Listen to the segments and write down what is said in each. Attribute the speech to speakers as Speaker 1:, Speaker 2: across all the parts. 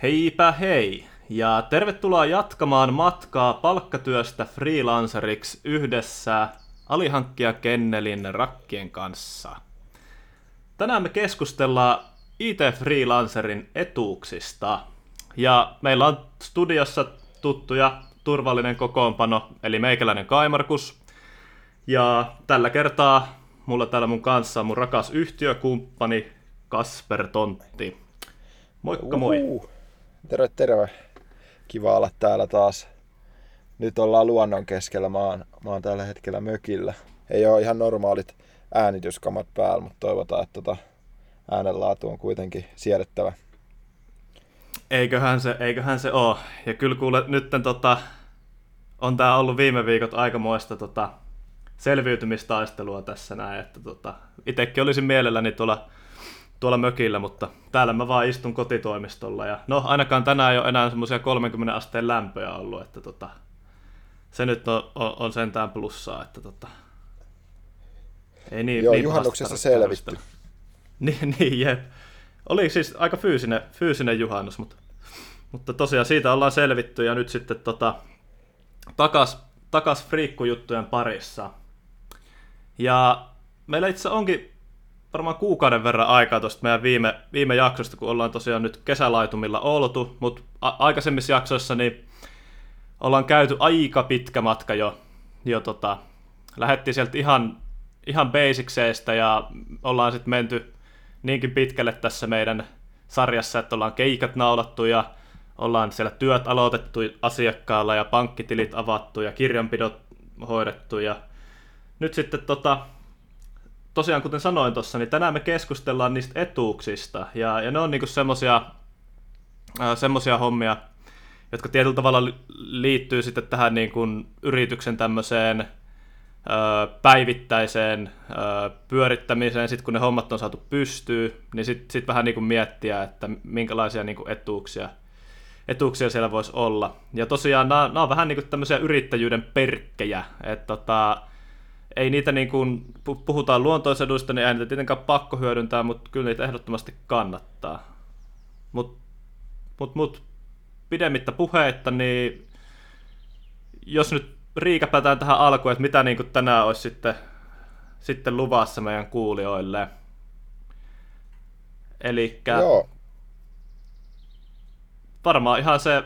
Speaker 1: Heipä hei! Ja tervetuloa jatkamaan matkaa palkkatyöstä freelanceriksi yhdessä alihankkija Kennelin Rakkien kanssa. Tänään me keskustellaan IT-freelancerin etuuksista. Ja meillä on studiossa tuttu ja turvallinen kokoonpano, eli meikäläinen Kaimarkus. Ja tällä kertaa mulla täällä mun kanssa on mun rakas yhtiökumppani Kasper Tontti. Moikka moi!
Speaker 2: Terve, terve. Kiva olla täällä taas. Nyt ollaan luonnon keskellä. Mä oon tällä hetkellä mökillä. Ei ole ihan normaalit äänityskamat päällä, mutta toivotaan, että äänenlaatu on kuitenkin siedettävä.
Speaker 1: Eiköhän se oo. Ja kyllä kuule, nytten on tää ollut viime viikot aikamoista selviytymistaistelua tässä näin, että itekin olisin mielelläni tuolla mökillä, mutta täällä mä vaan istun kotitoimistolla ja no ainakaan tänään ei ole enää semmoisia 30 asteen lämpöjä ollut, että se nyt on sentään plussaa, että ei niin.
Speaker 2: Joo,
Speaker 1: niin
Speaker 2: juhannuksessa selvitty.
Speaker 1: Niin, jep. Oli siis aika fyysinen juhannus, mutta tosiaan siitä ollaan selvitty ja nyt sitten takas friikkujuttujen parissa. Ja meillä itse onkin varmaan kuukauden verran aikaa tuosta meidän viime jaksosta, kun ollaan tosiaan nyt kesälaitumilla oltu, mutta aikaisemmissa jaksoissa niin ollaan käyty aika pitkä matka jo lähdettiin sieltä ihan basicseista ja ollaan sitten menty niinkin pitkälle tässä meidän sarjassa, että ollaan keikat naulattu ja ollaan siellä työt aloitettu asiakkaalla ja pankkitilit avattu ja kirjanpidot hoidettu ja nyt sitten tosiaan kuten sanoin tuossa, niin tänään me keskustellaan niistä etuuksista ja ne on niinku semmosia hommia, jotka tietyllä tavalla liittyy sitten tähän niin kuin yrityksen tämmöiseen päivittäiseen pyörittämiseen, sitten kun ne hommat on saatu pystyyn, niin sit vähän niin kuin miettiä, että minkälaisia niin kuin etuuksia siellä voisi olla. Ja tosiaan nämä on vähän niin kuin tämmöisiä yrittäjyyden perkkejä, että ei niitä niin kuin, puhutaan luontoiseduista, niin ei niitä tietenkään pakko hyödyntää, mutta kyllä niitä ehdottomasti kannattaa. Mut pidemmittä puheitta, niin jos nyt riikäpätään tähän alkuun, että mitä niin kuin tänään olisi sitten luvassa meidän kuulijoille. Elikkä varmaan ihan se,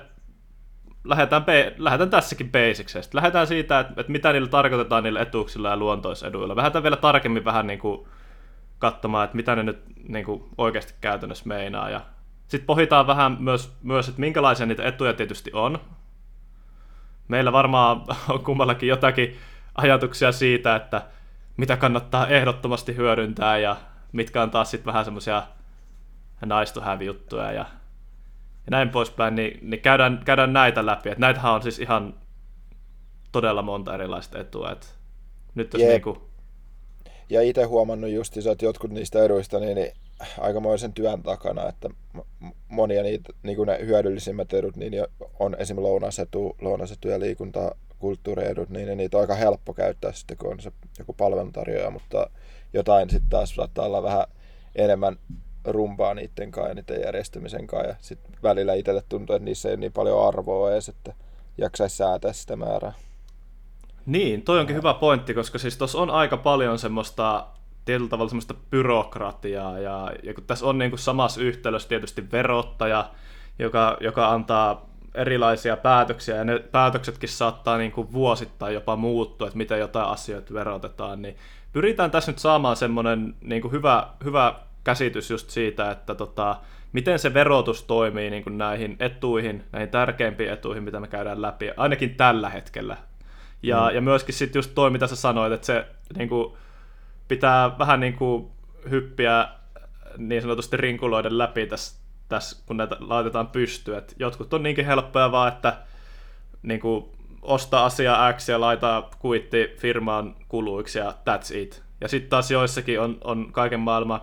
Speaker 1: lähdetään tässäkin basicseista. Lähdetään siitä, että mitä niillä tarkoitetaan niillä etuuksilla ja luontoiseduilla. Lähdetään vielä tarkemmin vähän niin kuin katsomaan, että mitä ne nyt niin kuin oikeasti käytännössä meinaa. Ja sitten pohditaan vähän myös, että minkälaisia niitä etuja tietysti on. Meillä varmaan on kummallakin jotakin ajatuksia siitä, että mitä kannattaa ehdottomasti hyödyntää ja mitkä on taas sitten vähän semmoisia nice to have juttuja ja näin poispäin, niin käydään näitä läpi. Et näitähän on siis ihan todella monta erilaista etua. Et nyt jos niinku
Speaker 2: Ja itse huomannut justiinsa, että jotkut niistä eduista niin aikamoisen työn takana, että monia niitä niin kuin ne hyödyllisimmät edut niin on esimerkiksi lounasetu ja liikunta, kulttuuriedut, niin niitä on aika helppo käyttää sitten, kun on se joku palveluntarjoaja, mutta jotain sitten taas saattaa olla vähän enemmän rumpaa niiden kanssa ja niiden järjestämisen kanssa. Ja sitten välillä itselle tuntuu, että niissä ei ole niin paljon arvoa edes, että jaksaisi säätää sitä määrää.
Speaker 1: Niin, toi onkin hyvä pointti, koska siis tuossa on aika paljon semmoista tietyllä tavalla semmoista byrokratiaa ja kun tässä on niin kuin samassa yhtälössä tietysti verottaja, joka antaa erilaisia päätöksiä ja ne päätöksetkin saattaa niin kuin vuosittain jopa muuttua, että miten jotain asioita verotetaan, niin pyritään tässä nyt saamaan semmoinen niin kuin hyvä käsitys just siitä, että miten se verotus toimii niin kuin näihin etuihin, näihin tärkeimpiin etuihin, mitä me käydään läpi, ainakin tällä hetkellä. Ja myöskin sitten just toi, mitä sä sanoit, että se niin kuin, pitää vähän niin kuin hyppiä niin sanotusti rinkuloiden läpi tässä kun näitä laitetaan pystyyn. Et jotkut on niinkin helppoja vaan, että niin kuin, ostaa asia X ja laita kuitti firmaan kuluiksi ja that's it. Ja sitten taas joissakin on kaiken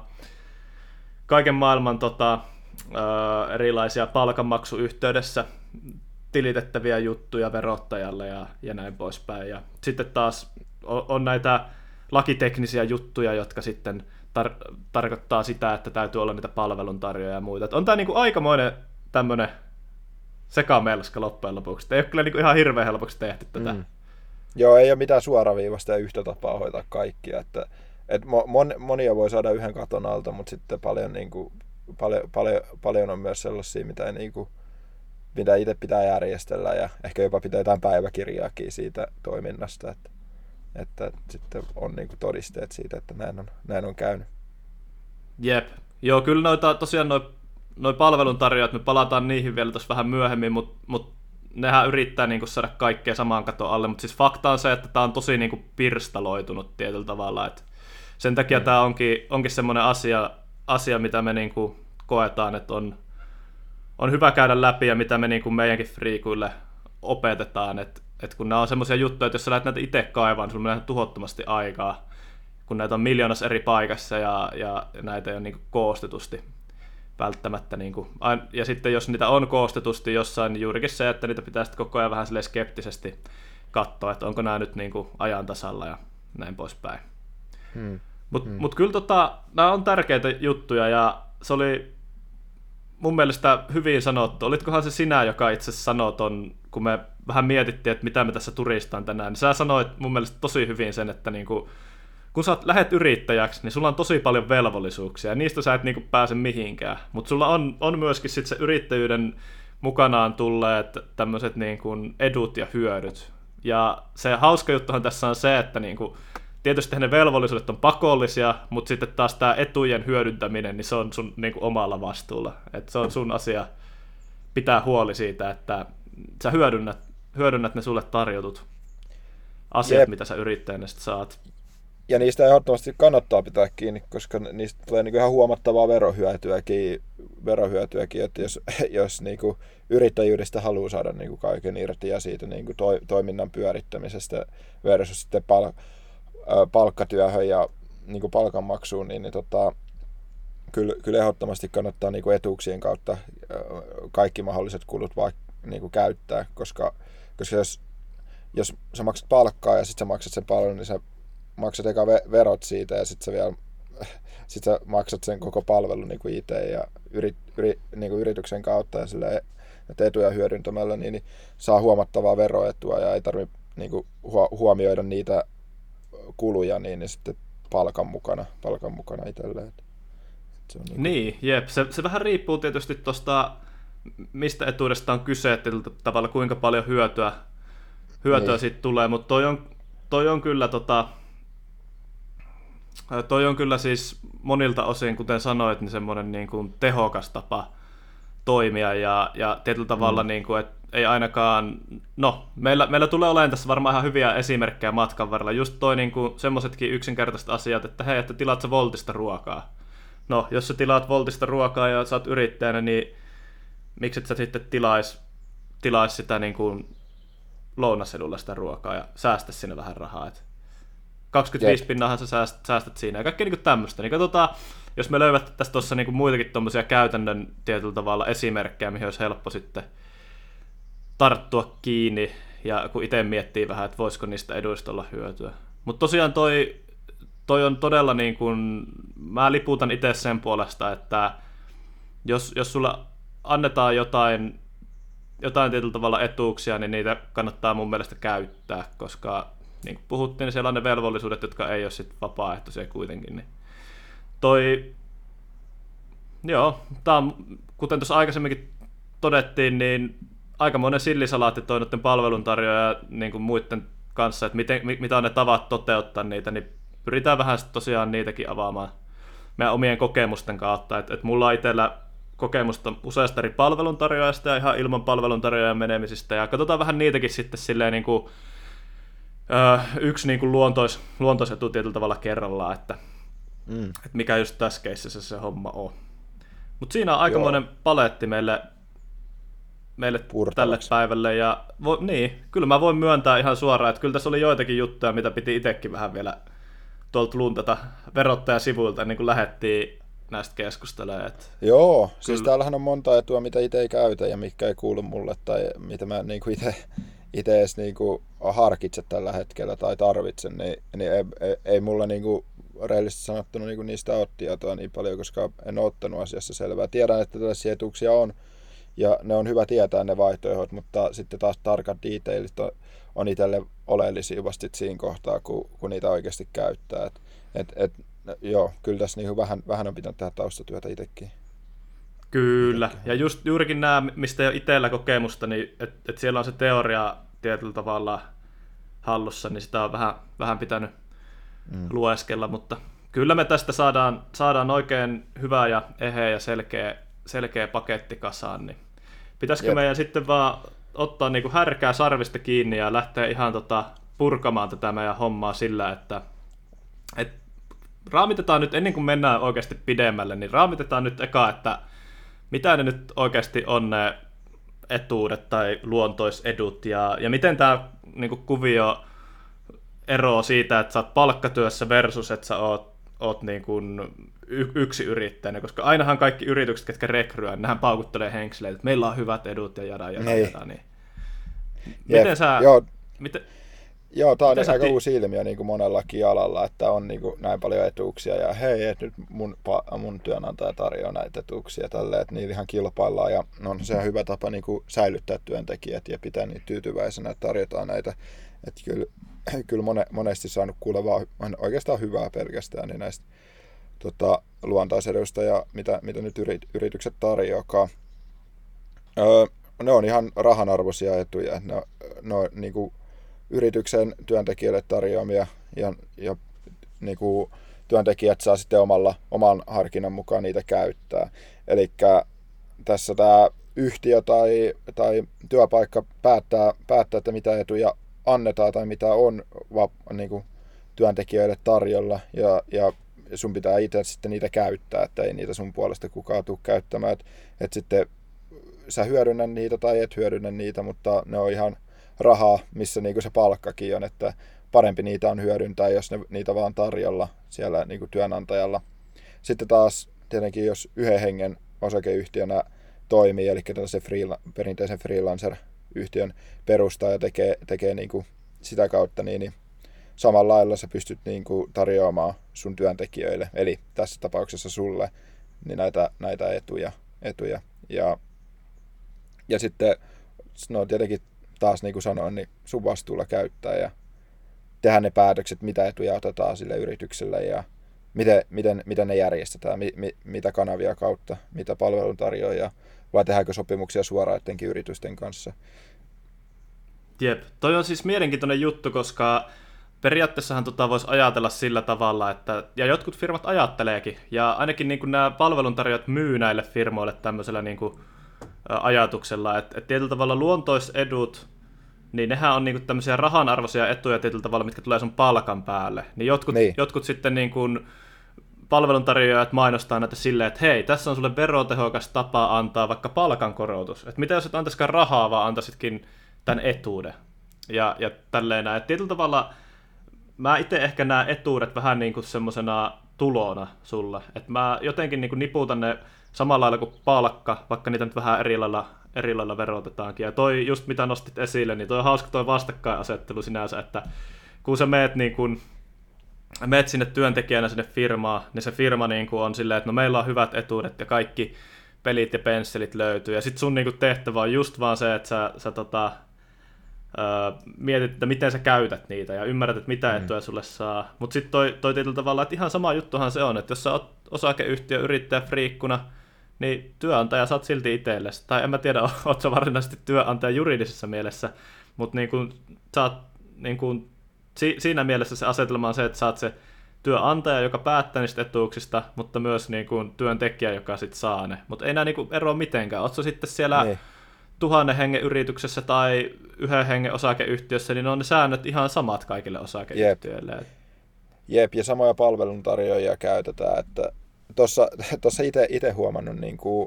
Speaker 1: maailman erilaisia palkanmaksuyhteydessä tilitettäviä juttuja verottajalle ja näin poispäin. Ja sitten taas on näitä lakiteknisiä juttuja, jotka sitten tarkoittaa sitä, että täytyy olla niitä palveluntarjoajia ja muita. Et on tämä niinku aikamoinen tämmöinen sekamelska loppujen lopuksi. Ei ole kyllä niin kuin ihan hirveän helpoksi tehty tätä.
Speaker 2: Joo, ei ole mitään suoraviivasta ja yhtä tapaa hoitaa kaikkia. Että monia voi saada yhden katon alta, mutta sitten paljon on myös sellaisia, mitä itse pitää järjestellä ja ehkä jopa pitää jotain päiväkirjaakin siitä toiminnasta, että sitten on niin kuin todisteet siitä, että näin on käynyt.
Speaker 1: Jep. Joo, kyllä tosiaan noi palveluntarjoajat, me palataan niihin vielä tuossa vähän myöhemmin, mutta nehän yrittää niinku saada kaikkea samaan katon alle, mutta siis fakta on se, että tämä on tosi niinku pirstaloitunut tietyllä tavalla, että sen takia tämä onkin semmoinen asia, mitä me niinku koetaan, että on hyvä käydä läpi ja mitä me niinku meidänkin friikuille opetetaan, että kun nämä on semmoisia juttuja, että jos sä lähdet näitä itse kaivaan, niin sulla menee tuhottomasti aikaa, kun näitä on miljoonas eri paikassa ja näitä ei ole niinku koostetusti välttämättä. Ja sitten jos niitä on koostetusti jossain, niin juurikin se, että niitä pitää sitten koko ajan vähän skeptisesti katsoa, että onko nämä nyt niinku ajan tasalla ja näin poispäin. Mutta kyllä nämä on tärkeitä juttuja ja se oli mun mielestä hyvin sanottu. Olitkohan se sinä, joka itse asiassa sanoi ton, kun me vähän mietittiin, että mitä me tässä turistaan tänään, niin sä sanoit mun mielestä tosi hyvin sen, että niinku, kun sä lähet yrittäjäksi, niin sulla on tosi paljon velvollisuuksia ja niistä sä et niinku pääse mihinkään. Mutta sulla on myöskin sit se yrittäjyyden mukanaan tulleet tämmöiset niinku edut ja hyödyt. Ja se hauska juttuhan tässä on se, että niinku, tietysti ne velvollisuudet on pakollisia, mutta sitten taas tämä etujen hyödyntäminen, niin se on sun niinku omalla vastuulla. Et se on sun asia pitää huoli siitä, että sä hyödynnät ne sulle tarjotut asiat, mitä sä yrittäjänä sitten saat.
Speaker 2: Ja niistä ehdottomasti kannattaa pitää kiinni, koska niistä tulee niinku ihan huomattavaa verohyötyäkin, että jos niinku yrittäjyydestä haluaa saada niinku kaiken irti ja siitä niinku toiminnan pyörittämisestä versus sitten palkkatyöhön ja niinku palkanmaksuun, niin kyllä ehdottomasti kannattaa niinku etuuksien kautta kaikki mahdolliset kulut niinku käyttää, koska jos sä maksat palkkaa ja sitten sä maksat sen palvelun, niin sä maksat eka verot siitä ja sitten sä maksat sen koko palvelun niinku itse ja niinku yrityksen kautta ja silleen, että etuja hyödyntämällä niin saa huomattavaa veroetua ja ei tarvitse niinku huomioida niitä kuluja niin sitten palkan mukana itselleen.
Speaker 1: Niin, jep. Se vähän riippuu tietysti tuosta, mistä etuudesta on kyse, että tavalla kuinka paljon hyötyä niin siitä tulee, mutta toi on kyllä siis monilta osin, kuten sanoit, niin semmoinen niin kuin tehokas tapa toimia ja tietyllä tavalla, niin kuin, että ei ainakaan, no meillä tulee olemaan tässä varmaan ihan hyviä esimerkkejä matkan varrella, just toi niin kuin semmoisetkin yksinkertaiset asiat, että hei, että tilaat sä Woltista ruokaa. No, jos sä tilaat Woltista ruokaa ja sä oot yrittäjänä, niin miksi et sä sitten tilais sitä niin kuin lounasedulla sitä ruokaa ja säästä sinne vähän rahaa, että 25 pinnahan sä säästät siinä ja kaikkea niin tämmöistä. Niin katsotaan, jos me löydettäisiin tuossa niin muitakin tuommoisia käytännön tietyllä tavalla esimerkkejä, mihin olisi helppo sitten tarttua kiinni ja kun itse miettii vähän, että voisiko niistä eduista olla hyötyä. Mutta tosiaan toi on todella niin kuin, mä liputan itse sen puolesta, että jos sulle annetaan jotain tietyllä tavalla etuuksia, niin niitä kannattaa mun mielestä käyttää, koska niin kuin puhuttiin, niin siellä on ne velvollisuudet, jotka ei ole sit vapaaehtoisia kuitenkin. Niin tää on, kuten tuossa aikaisemminkin todettiin, niin aikamoinen sillisalaatti toi noiden palveluntarjoaja niin kuin muiden kanssa, että mitä on ne tavat toteuttaa niitä, niin pyritään vähän tosiaan niitäkin avaamaan meidän omien kokemusten kautta. Et mulla on itsellä kokemusta useasta eri palveluntarjoajasta ja ihan ilman palveluntarjoajan menemisistä, ja katsotaan vähän niitäkin sitten silleen niin kuin, yksi niin kuin luontoisetu tietyllä tavalla kerrallaan, että mikä just tässä keississä se homma on. Mutta siinä on aikamoinen paletti meille tälle päivälle, ja kyllä mä voin myöntää ihan suoraan, että kyllä tässä oli joitakin juttuja, mitä piti itsekin vähän vielä tuolta luntata verottajasivuilta, niin kuin lähdettiin näistä keskustelemaan.
Speaker 2: Joo, siis täällähän on monta etua, mitä itse ei käytä ja mitkä ei kuulu mulle, tai mitä mä niinku itse edes niinku harkitse tällä hetkellä tai tarvitsen, niin ei mulla niinku rehellisesti sanottuna niinku niistä ole tietoa niin paljon, koska en ole ottanut asiassa selvää. Tiedän, että tällaisia etuuksia on ja ne on hyvä tietää ne vaihtoehdot, mutta sitten taas tarkat detailit on itselle oleellisia vasta siinä kohtaa, kun niitä oikeasti käyttää. Joo, kyllä tässä niin vähän on pitänyt tehdä taustatyötä itsekin.
Speaker 1: Kyllä, ja juurikin nämä, mistä ei ole itsellä kokemusta, niin että siellä on se teoria tietyllä tavalla hallussa, niin sitä on vähän pitänyt lueskella, mutta kyllä me tästä saadaan oikein hyvä ja eheä ja selkeä paketti kasaan, niin pitäisikö meidän sitten vaan ottaa niinku härkää sarvista kiinni ja lähteä ihan purkamaan tätä meidän hommaa sillä, että raamitetaan nyt, ennen kuin mennään oikeasti pidemmälle, niin raamitetaan nyt eka, että mitä ne nyt oikeasti on ne etuudet tai luontoisedut, ja miten tämä niinku kuvio eroaa siitä, että sä oot palkkatyössä versus, että sä oot niinku yksi yrittäjänä, koska ainahan kaikki yritykset, ketkä rekryää, nehän paukuttelee henkseleitä, että meillä on hyvät edut ja jada. Niin. Miten sä...
Speaker 2: Joo, tämä on aika uusi ilmiö niin kuin monellakin alalla, että on niin kuin näin paljon etuuksia ja hei, että nyt mun työnantaja tarjoaa näitä etuuksia tälle, että niillä ihan kilpaillaan ja on se hyvä tapa niin kuin säilyttää työntekijät ja pitää niitä tyytyväisenä, että tarjotaan näitä. Että kyllä monesti saanut kuulla vaan oikeastaan hyvää pelkästään niin näistä luontaisedusta ja mitä nyt yritykset tarjoakaan. Ne on ihan rahanarvoisia etuja, ne on niin kuin yrityksen työntekijöille tarjoamia ja niin kuin työntekijät saa sitten oman harkinnan mukaan niitä käyttää. Eli tässä tämä yhtiö tai työpaikka päättää, että mitä etuja annetaan tai mitä on niin kuin työntekijöille tarjolla ja sun pitää itse sitten niitä käyttää, että ei niitä sun puolesta kukaan tule käyttämään. Et sitten sä hyödynnä niitä tai et hyödynnä niitä, mutta ne on ihan rahaa, missä niinku se palkkakin on, että parempi niitä on hyödyntää, jos niitä vaan tarjolla siellä niinku työnantajalla. Sitten taas tietenkin, jos yhden hengen osakeyhtiönä toimii, eli tällaisen perinteisen freelancer-yhtiön perustaa ja tekee niinku sitä kautta, niin samalla lailla sä pystyt niinku tarjoamaan sun työntekijöille, eli tässä tapauksessa sulle, niin näitä etuja. Ja sitten no tietenkin taas niin kuin sanoin, niin sun vastuulla käyttää ja tehdä ne päätökset, mitä etuja otetaan sille yritykselle ja miten ne järjestetään, mitä kanavia kautta, mitä palveluntarjoajia, vai tehdäänkö sopimuksia suoraan jotenkin yritysten kanssa.
Speaker 1: Jep, toi on siis mielenkiintoinen juttu, koska periaatteessahan voisi ajatella sillä tavalla, että, ja jotkut firmat ajatteleekin, ja ainakin niin kuin nämä palveluntarjoajat myy näille firmoille tämmöisellä niin kuin ajatuksella, että tietyllä tavalla luontoisedut, niin nehän on niinku tämmöisiä rahanarvoisia etuja tietyllä tavalla, mitkä tulee sun palkan päälle. Niin jotkut sitten niinku palveluntarjoajat mainostaa näitä silleen, että hei, tässä on sulle verotehokas tapa antaa vaikka palkankorotus. Että mitä jos et antaisikaan rahaa, vaan antaisitkin tämän etuuden. Ja tälleen näin. Tietyllä tavalla mä itse ehkä näen etuudet vähän niinku semmosena tulona sulle. Että mä jotenkin niinku niputan ne samalla lailla kuin palkka, vaikka niitä nyt vähän eri lailla verotetaankin. Ja toi just mitä nostit esille, niin toi on hauska toi vastakkainasettelu sinänsä, että kun sä meet sinne työntekijänä sinne firmaan, niin se firma niin kuin on silleen, että no meillä on hyvät etuudet ja kaikki pelit ja pensselit löytyy. Ja sit sun niin kuin tehtävä on just vaan se, että sä mietit, että miten sä käytät niitä ja ymmärrät, että mitä etuja sulle saa. Mutta sitten toi tietyllä tavalla, että ihan sama juttuhan se on, että jos sä oot osakeyhtiö yrittäjä friikkuna, niin työnantaja saat silti itsellesi. Tai en mä tiedä, oot sä varsinaisesti työnantaja juridisessa mielessä, mutta niin kun, saat, niin kun, siinä mielessä se asetelma on se, että saat se työnantaja, joka päättää niistä etuuksista, mutta myös niin kun, työntekijä, joka sitten saa ne. Mutta ei nämä niin kun, eroa mitenkään. Oot sä sitten siellä 1000 hengen yrityksessä tai 1 hengen osakeyhtiössä, niin on ne säännöt ihan samat kaikille osakeyhtiöille.
Speaker 2: Jep, ja samoja palveluntarjoajia käytetään, että tuossa itse huomannut niin kuin,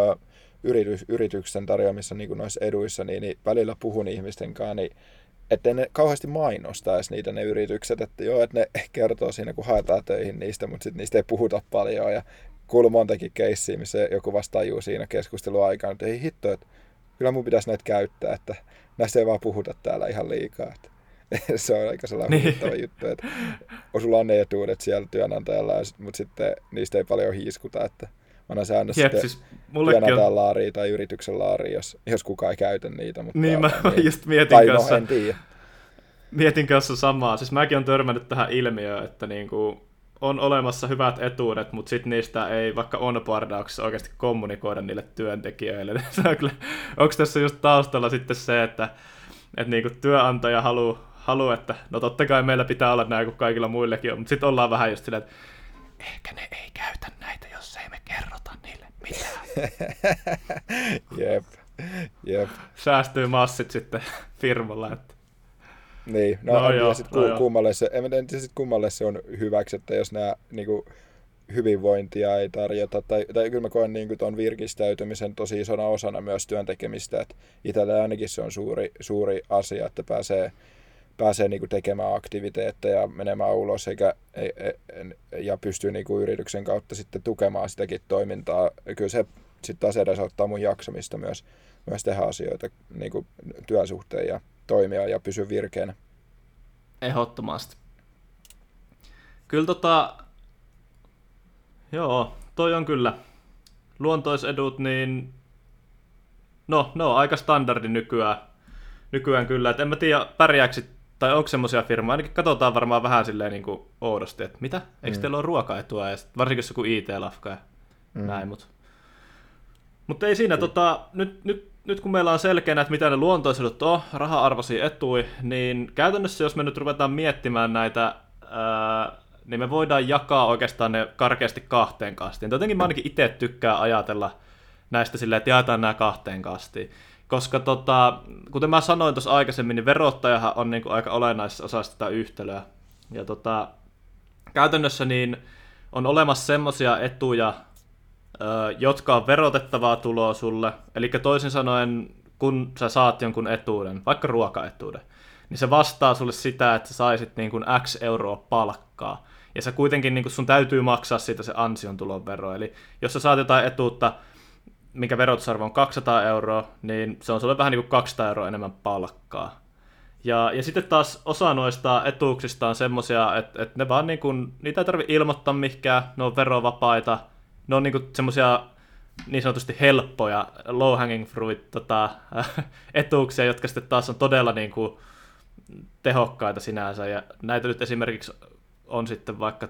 Speaker 2: yrityksen tarjoamissa niin kuin noissa eduissa, niin välillä puhun ihmisten kanssa, niin ettei ne kauheasti mainostaisi niitä ne yritykset, että joo, että ne kertoo siinä, kun haetaan töihin niistä, mutta sitten niistä ei puhuta paljon, ja kuuluu montakin keissiä, missä joku vastajuu siinä keskustelun aikana, että ei hitto, että kyllä mun pitäisi näitä käyttää, että näistä ei vaan puhuta täällä ihan liikaa, että se on aika sellainen huvittava juttu, että sulla on ne etuudet siellä työnantajalla, mutta sitten niistä ei paljon hiiskuta, että vanha säännös,
Speaker 1: Jep,
Speaker 2: sitten
Speaker 1: siis mullekin
Speaker 2: tienataan
Speaker 1: on...
Speaker 2: laaria tai yrityksen laaria, jos kukaan ei käytä niitä. Mutta,
Speaker 1: Niin mä
Speaker 2: niin.
Speaker 1: just mietin
Speaker 2: Tai no,
Speaker 1: kanssa,
Speaker 2: en tiedä.
Speaker 1: mietin kanssa samaa. Siis mäkin on törmännyt tähän ilmiöön, että niinku on olemassa hyvät etuudet, mutta sitten niistä ei vaikka onboardauksessa oikeasti kommunikoida niille työntekijöille. Onko tässä just taustalla sitten se, että niinku työnantaja haluaa, että no totta kai meillä pitää olla nämä kuin kaikilla muillekin on, mutta sitten ollaan vähän just silleen, että ehkä ne ei käytä näitä, jos ei me kerrota niille mitään.
Speaker 2: Jep.
Speaker 1: Säästyy massit sitten firmalla. Että...
Speaker 2: Niin, no en tiedä sitten kummalle se on hyväksi, että jos nämä niinku, hyvinvointia ei tarjota, tai kyllä mä koen niin tuon virkistäytymisen tosi isona osana myös työntekemistä, että itsellä ainakin se on suuri asia, että pääsee niin kuin tekemään aktiviteetteja ja menemään ulos ja pystyy niin kuin yrityksen kautta sitten tukemaan sitäkin toimintaa. Kyllä se sitten taas edesauttaa mun jaksamista myös tehdä asioita niin kuin työsuhteen ja toimia ja pysyä virkeänä.
Speaker 1: Ehdottomasti. Kyllä joo, toi on kyllä. Luontoisedut, niin no on aika standardi nykyään kyllä. Et en mä tiedä, pärjääkö tai onko semmoisia firmoja, ainakin katsotaan varmaan vähän silleen niin kuin oudosti, että mitä? Eikö teillä ole ruokaetua? Ja varsinkin jos joku IT-lafka ja näin, mutta ei siinä, nyt kun meillä on selkeänä, että mitä ne luontoisedut on, raha-arvoisia etui, niin käytännössä jos me nyt ruvetaan miettimään näitä, niin me voidaan jakaa oikeastaan ne karkeasti kahteen kastiin. Jotenkin mä ainakin itse tykkään ajatella näistä silleen, että jaetaan nämä kahteen kastiin. Koska kuten mä sanoin tuossa aikaisemmin, niin verottajahan on niin kuin aika olennaisessa osassa tätä yhtälöä. Ja käytännössä niin on olemassa semmoisia etuja, jotka on verotettavaa tuloa sulle. Eli toisin sanoen, kun sä saat jonkun etuuden, vaikka ruokaetuuden, niin se vastaa sulle sitä, että sä saisit niin kuin X euroa palkkaa. Ja sä kuitenkin niin kuin sun täytyy maksaa siitä se ansion tulon vero. Eli jos sä saat jotain etuutta, minkä verotusarvo on 200 euroa, niin se on sulle vähän niin kuin 200 euroa enemmän palkkaa. Ja sitten taas osa noista etuuksista on semmoisia, että ne vaan niin kuin, niitä ei tarvitse ilmoittaa mihinkään, ne on verovapaita, ne on niin kuin semmoisia niin sanotusti helppoja low hanging fruit etuuksia, jotka sitten taas on todella niin kuin tehokkaita sinänsä. Ja näitä nyt esimerkiksi on sitten vaikka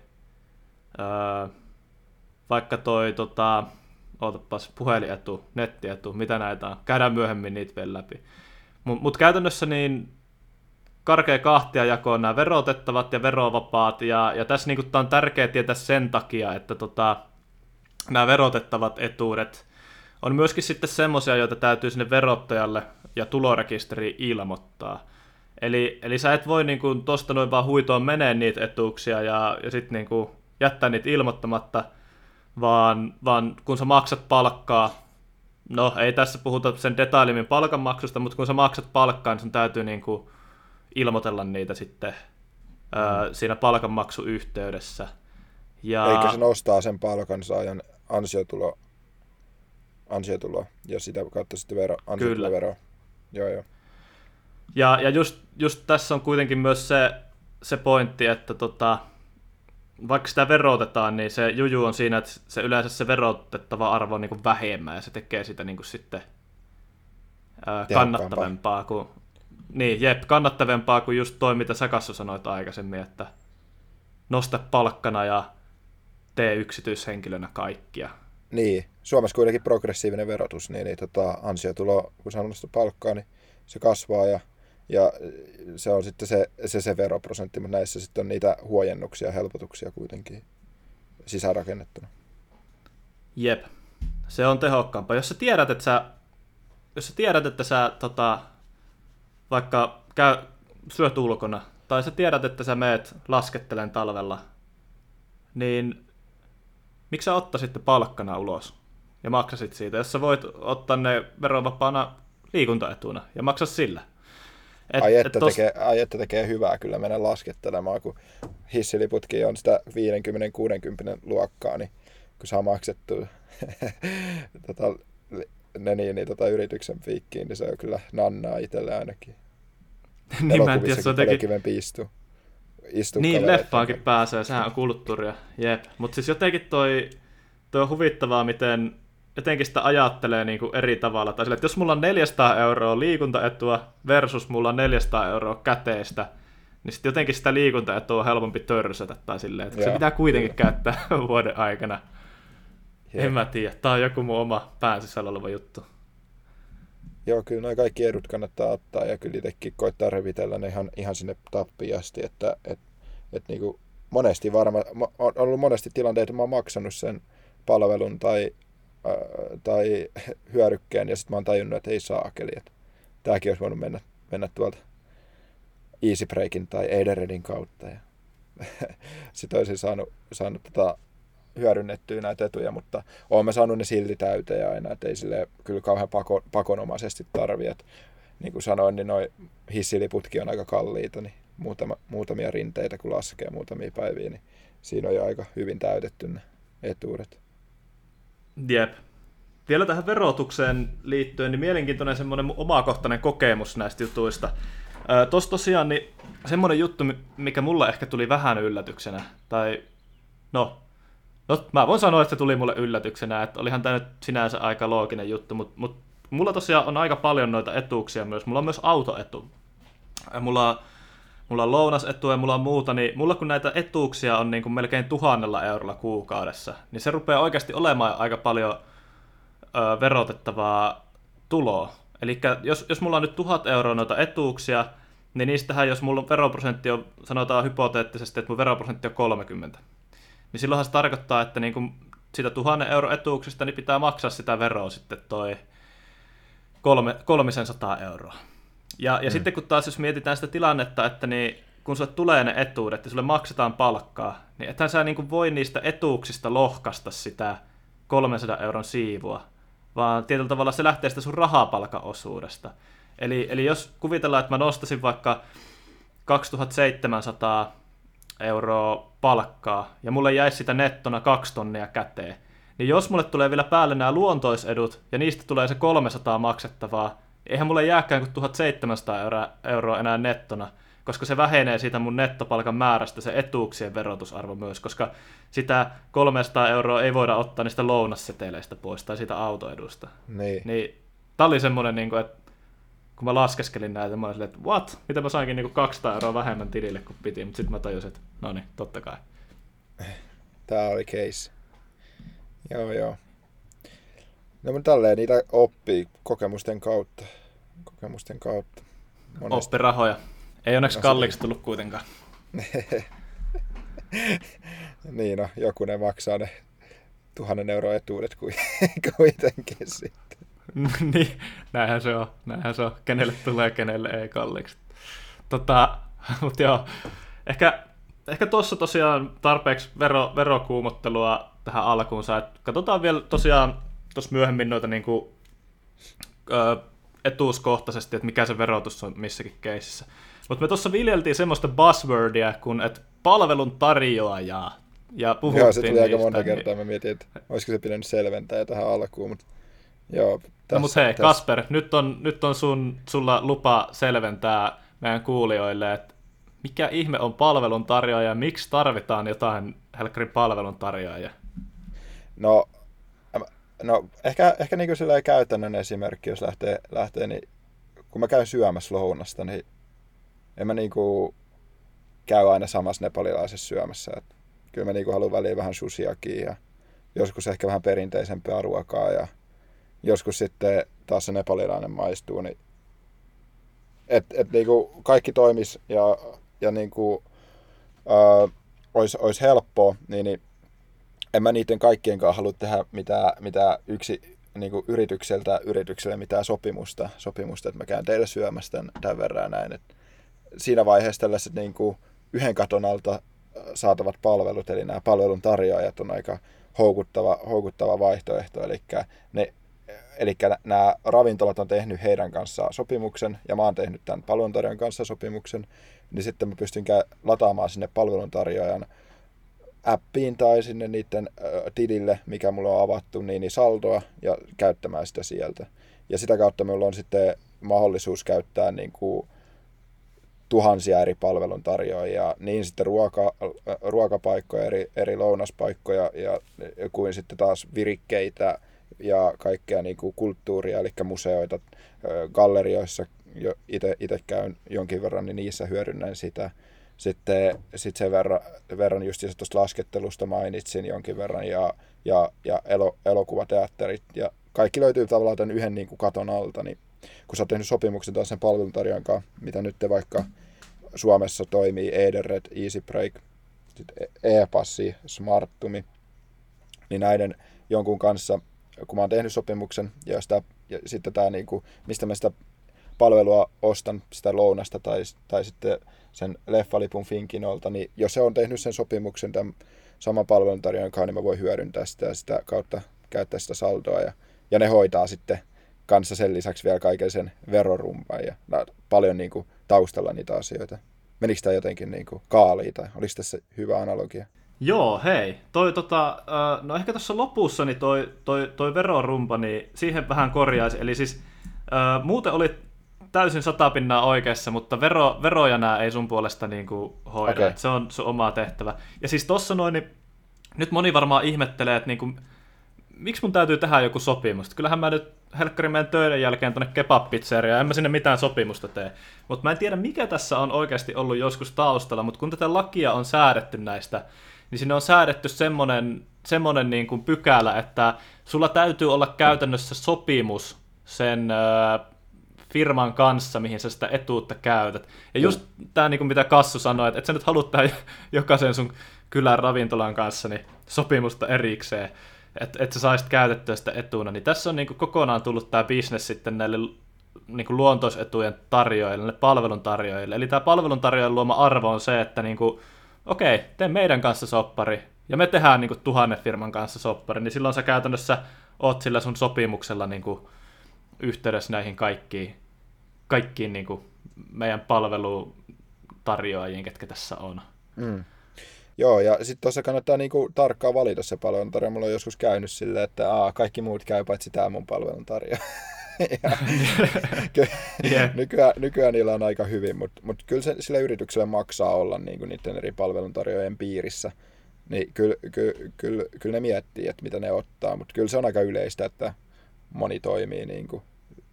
Speaker 1: ootapas, puhelinetu, nettietu, mitä näitä on. Käydään myöhemmin niitä vielä läpi. Mutta käytännössä niin karkea kahtiajako on nämä verotettavat ja verovapaat, ja tässä niin tämä on tärkeää tietää sen takia, että nämä verotettavat etuudet on myöskin sitten semmoisia, joita täytyy sinne verottajalle ja tulorekisteriin ilmoittaa. Eli sä et voi niin tuosta noin vaan huitoon menee niitä etuuksia ja sitten niin jättää niitä ilmoittamatta, vaan kun sä maksat palkkaa, no ei tässä puhuta sen detailimmin palkanmaksusta, mutta kun sä maksat palkkaa, niin sun täytyy niin kuin ilmoitella niitä sitten siinä palkanmaksuyhteydessä.
Speaker 2: Eikä se nostaa sen palkansaajan ansiotuloa ja sitä kautta sitten ansiotuloveroa. Joo.
Speaker 1: Ja just tässä on kuitenkin myös se pointti, että vaikka sitä verotetaan, niin se juju on siinä, että yleensä se verotettava arvo on niin kuin vähemmän, ja se tekee sitä niin kuin sitten kannattavampaa kuin, kannattavampaa kuin just toi, mitä sä Kassu sanoit aikaisemmin, että nosta palkkana ja tee yksityishenkilönä kaikkia. Niin,
Speaker 2: Suomessa kuitenkin progressiivinen verotus, niin ansiotulo, kun sä nostat palkkaa, niin se kasvaa ja se on sitten se veroprosentti, mutta näissä sitten on niitä huojennuksia ja helpotuksia kuitenkin sisäänrakennettuna.
Speaker 1: Jep, se on tehokkaampaa. Jos sä tiedät, että sä vaikka syöt ulkona, tai sä tiedät, että sä meet laskettelen talvella, niin miksi sä ottaisit palkkana ulos ja maksasit siitä, jos sä voit ottaa ne verovapaana liikuntaetuna ja maksaa sillä.
Speaker 2: Ai että tekee hyvää kyllä mennä laskettelemaan, kun hissiliputkin on sitä 50-60 luokkaa, niin kun saa maksettua yrityksen piikkiin, niin se on kyllä nannaa itselle ainakin.
Speaker 1: Niin mä en tiedä, se on
Speaker 2: kivempi istua.
Speaker 1: Niin, leffaankin pääsee, sehän on kulttuuria, jep. Mutta siis jotenkin tuo on huvittavaa, miten jotenkin sitä ajattelee niin kuin eri tavalla. Tai sille, että jos mulla on 400 euroa liikuntaetua versus mulla on 400 euroa käteistä, niin sitten jotenkin sitä liikuntaetua on helpompi törsätä. Tai silleen, että se pitää kuitenkin käyttää vuoden aikana. En mä tiedä. Tää on joku mun oma pään sisällä oleva juttu.
Speaker 2: Joo, kyllä nuo kaikki edut kannattaa ottaa ja kyllä itsekin koittaa revitellä ne ihan sinne tappiin asti, että niinku monesti on ollut monesti tilanteita, että mä oon maksanut sen palvelun tai hyödykkeen ja sitten mä oon tajunnut, että ei saakeli, että tääkin olisi voinut mennä tuolta Easy Breakin tai Eideredin kautta ja sitten olisin saanut hyödynnettyä näitä etuja, mutta olemme saanut ne silti täyteen aina, että ei sille kyllä kauhean pakonomaisesti tarvitse. Että niin kuin sanoin, niin noi hissiliputkin on aika kalliita, niin muutamia rinteitä kun laskee muutamia päiviä, niin siinä on jo aika hyvin täytetty ne etuudet.
Speaker 1: Jep. Vielä tähän verotukseen liittyen, niin mielenkiintoinen semmoinen omakohtainen kokemus näistä jutuista. Tuossa tosiaan niin semmoinen juttu, mikä mulla ehkä tuli vähän yllätyksenä, tai no mä voin sanoa, että se tuli mulle yllätyksenä, että olihan tämä nyt sinänsä aika looginen juttu, mutta mulla tosiaan on aika paljon noita etuuksia myös. Mulla on myös autoetu. Mulla on lounasetu ja mulla on muuta, niin mulla kun näitä etuuksia on niin kuin melkein 1,000 eurolla kuukaudessa, niin se rupeaa oikeasti olemaan aika paljon verotettavaa tuloa. Eli jos mulla on nyt 1,000 euroa noita etuuksia, niin niistähän jos mulla veroprosentti on, sanotaan hypoteettisesti, että mun veroprosentti on 30, niin silloinhan se tarkoittaa, että niin kuin siitä 1,000 euron etuuksista niin pitää maksaa sitä veroa sitten toi 300 euroa. Ja sitten kun taas jos mietitään sitä tilannetta, että niin, kun sulle tulee ne etuudet ja sulle maksetaan palkkaa, niin ethän sä niin kuin voi niistä etuuksista lohkasta sitä 300 euron siivua, vaan tietyllä tavalla se lähtee sitä sun rahapalkaosuudesta. Eli jos kuvitellaan, että mä nostasin vaikka 2700 euroa palkkaa, ja mulle jäisi sitä nettona 2 tonnia käteen, niin jos mulle tulee vielä päälle nämä luontoisedut, ja niistä tulee se 300 maksettavaa, eihän mulle jääkään kuin 1700 euroa enää nettona, koska se vähenee siitä mun nettopalkan määrästä se etuuksien verotusarvo myös, koska sitä 300 euroa ei voida ottaa niistä lounasseteleistä pois tai siitä autoedusta. Niin tää oli semmonen, että kun mä laskeskelin näitä, mä olin silleen, että what? Miten mä sainkin 200 euroa vähemmän tilille kuin piti, mutta sitten mä tajusin, että no niin, totta kai.
Speaker 2: Tää oli case. Joo. No mutta tälleen niitä oppii kokemusten kautta. Monesti.
Speaker 1: Oppirahoja. Ei onneksi kalliiksi tullut kuitenkaan.
Speaker 2: Niin no, joku ne maksaa ne 1,000 euroa etuudet kuitenkin sitten.
Speaker 1: Niin, näinhän se on. Kenelle tulee, kenelle ei kalliiksi. Mutta joo, ehkä tuossa tosiaan tarpeeksi verokuumottelua tähän alkuunsa. Katsotaan vielä tosiaan tuossa myöhemmin noita niinku, etuuskohtaisesti, että mikä se verotus on missäkin keississä. Mutta me tuossa viljeltiin semmoista buzzwordia kuin että palvelun tarjoajaa. Ja puhuttiin
Speaker 2: joo, se tuli aika monta
Speaker 1: niin
Speaker 2: kertaa. Mä mietin, että olisiko se pitänyt selventää jo tähän alkuun. Mutta joo,
Speaker 1: no mutta hei, Kasper, nyt on sulla lupa selventää meidän kuulijoille, että mikä ihme on palveluntarjoaja ja miksi tarvitaan jotain helkkarin palveluntarjoajia?
Speaker 2: No ehkä niin kuin sellainen käytännön esimerkki, jos lähtee, niin kun mä käyn syömässä lounasta, niin en mä niin kuin käy aina samassa nepalilaisessa syömässä. Että kyllä mä niin kuin haluan väliin vähän sushiakin ja joskus ehkä vähän perinteisempää ruokaa ja joskus sitten taas se nepalilainen maistuu, niin niinku kaikki toimis ja niinku, olisi helppoa, niin en mä niiden kaikkien kanssa halua tehdä mitään yksi niinku yritykselle mitään sopimusta, että mä käyn teille syömässä tämän verran näin. Et siinä vaiheessa tällaiset niinku yhden katon alta saatavat palvelut, eli nämä palveluntarjoajat on aika houkuttava vaihtoehto, eli nämä ravintolat on tehnyt heidän kanssaan sopimuksen, ja mä oon tehnyt tämän palveluntarjoajan kanssa sopimuksen, niin sitten mä pystyn lataamaan sinne palveluntarjoajan appiin tai sinne niiden tilille, mikä mulla on avattu, niin saldoa, ja käyttämään sitä sieltä. Ja sitä kautta mulla on sitten mahdollisuus käyttää niin kuin tuhansia eri palveluntarjoajia, niin sitten ruokapaikkoja, eri lounaspaikkoja kuin sitten taas virikkeitä ja kaikkea niin kuin kulttuuria, eli museoita, gallerioissa itse käyn jonkin verran, niin niissä hyödynnän sitä. Sitten sen verran just tuosta laskettelusta mainitsin jonkin verran ja elokuvateatterit ja kaikki löytyy tavallaan tämän yhden niin kuin katon alta, niin kun sä oot tehnyt sopimuksen taas sen palveluntarjoajan kanssa, mitä nyt vaikka Suomessa toimii Ederred, EasyBreak, E-passi, Smarttumi, niin näiden jonkun kanssa, kun mä oon tehnyt sopimuksen ja sitten tämä, niin kuin, mistä mä sitä palvelua ostan, sitä lounasta tai sitten sen leffalipun Finkinolta, niin jos se on tehnyt sen sopimuksen tämän saman palveluntarjoajan kanssa, niin mä voin hyödyntää sitä ja sitä kautta käyttää sitä saldoa ja ne hoitaa sitten kanssa sen lisäksi vielä kaiken sen verorumpan ja paljon niin kuin taustalla niitä asioita. Menikö tämä jotenkin niin kuin kaaliin tai oliko tässä hyvä analogia?
Speaker 1: Joo, hei. No ehkä tuossa lopussa niin toi verorumpa, niin siihen vähän korjaisi. Eli siis muuten oli täysin 100% oikeassa, mutta veroja nämä ei sun puolesta niin kuin hoida. Okay. Se on sun oma tehtävä. Ja siis tossa noin, niin nyt moni varmaan ihmettelee, että niin kuin, miksi mun täytyy tehdä joku sopimus? Kyllähän mä nyt helkkari menen töiden jälkeen tuonne kebab-pizzeriaan, en mä sinne mitään sopimusta tee. Mutta mä en tiedä, mikä tässä on oikeasti ollut joskus taustalla, mutta kun tätä lakia on säädetty näistä, niin sinne on säädetty semmoinen niin kuin pykälä, että sulla täytyy olla käytännössä sopimus sen firman kanssa, mihin sä sitä etuutta käytät. Ja just tämä, niin kuin mitä Kassu sanoi, että et sä nyt haluat tehdä jokaisen sun kylän ravintolan kanssa niin sopimusta erikseen, että sä saisit käytettyä sitä etuna, niin tässä on niin kuin kokonaan tullut tämä business sitten näille niin kuin luontoisetujen tarjoajille, näille palveluntarjoajille. Eli tämä palveluntarjoajan luoma arvo on se, että niin kuin, okei, tee meidän kanssa soppari, ja me tehdään niin kuin 1000 firman kanssa soppari, niin silloin sä käytännössä oot sillä sun sopimuksella niin kuin yhteydessä näihin kaikkiin niin kuin meidän palvelutarjoajiin, ketkä tässä on.
Speaker 2: Mm. Joo, ja sitten tuossa kannattaa niinku tarkkaan valita se palveluntarjoaja. Mulla on joskus käynyt silleen, että kaikki muut käy paitsi tämä mun palveluntarjoaja. Nykyään niillä on aika hyvin, mutta kyllä sillä yrityksellä maksaa olla niinku niiden eri palveluntarjoajien piirissä. Niin kyllä ne miettii, että mitä ne ottaa, mutta kyllä se on aika yleistä, että moni toimii niinku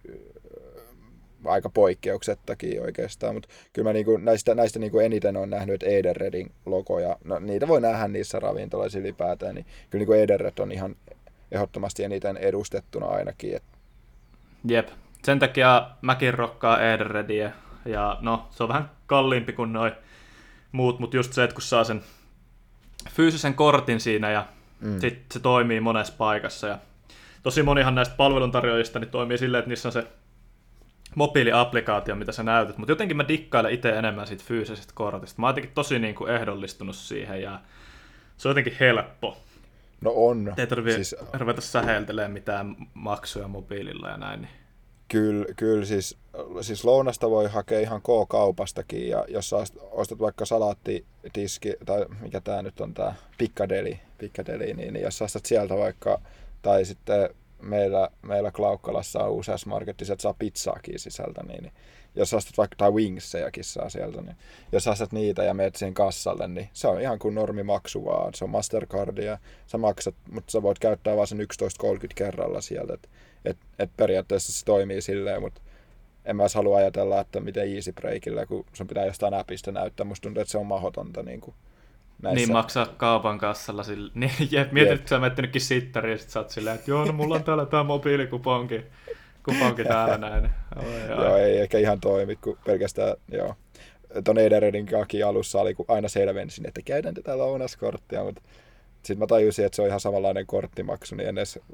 Speaker 2: aika poikkeuksettakin oikeastaan, mutta kyllä mä niinku näistä niinku eniten olen nähnyt, että Ederredin logoja, no niitä voi nähdä niissä ravintoloissa ylipäätään, niin kyllä niinku Ederred on ihan ehdottomasti eniten edustettuna ainakin.
Speaker 1: Jep, sen takia mäkin rokkaan Ederredia, ja no se on vähän kalliimpi kuin noi muut, mutta just se, että kun saa sen fyysisen kortin siinä ja sitten se toimii monessa paikassa, ja tosi monihan näistä palveluntarjoajista niin toimii silleen, että niissä on se mobiiliaplikaatio, mitä sä näytät, mutta jotenkin mä dikkailen itse enemmän siitä fyysisestä kortista. Mä oon jotenkin tosi niin kuin ehdollistunut siihen ja se on jotenkin helppo.
Speaker 2: No on.
Speaker 1: Ei tarvitse ruveta säheltelemään mitään maksuja mobiililla ja näin. Niin.
Speaker 2: Kyllä siis lounasta voi hakea ihan K-kaupastakin ja jos sä ostat vaikka salaattitiski tai mikä tää nyt on tää Piccadilly, niin jos sä ostat sieltä vaikka tai sitten meillä Klaukkalassa on uusi S-Marketti, sieltä saa pizzaakin sisältä, niin jos ostat vaikka, tai wingssejakin saa sieltä, niin jos ostat niitä ja menet siihen kassalle, niin se on ihan kuin normimaksu vaan, se on Mastercard ja sä maksat, mutta sä voit käyttää vaan sen 11,30 kerralla sieltä, et periaatteessa se toimii silleen, mutta en mä halua ajatella, että miten EasyBreakillä, kun sun pitää jostain appista näyttää, musta tuntuu, että se on mahdotonta niin kuin näissä.
Speaker 1: Niin maksaa kaupan kassalla sille. Niin, mietit, että sä oot miettinytkin sittariin ja sit sä oot silleen, että joo, no mulla on täällä tää mobiilikuponki täällä näin.
Speaker 2: Joo, ei ehkä ihan toimi, kun pelkästään, joo. Ton Ederredin alussa oli, kun aina selvensin, että käytän tätä lounaskorttia, mutta sitten mä tajusin, että se on ihan samanlainen korttimaksu, niin en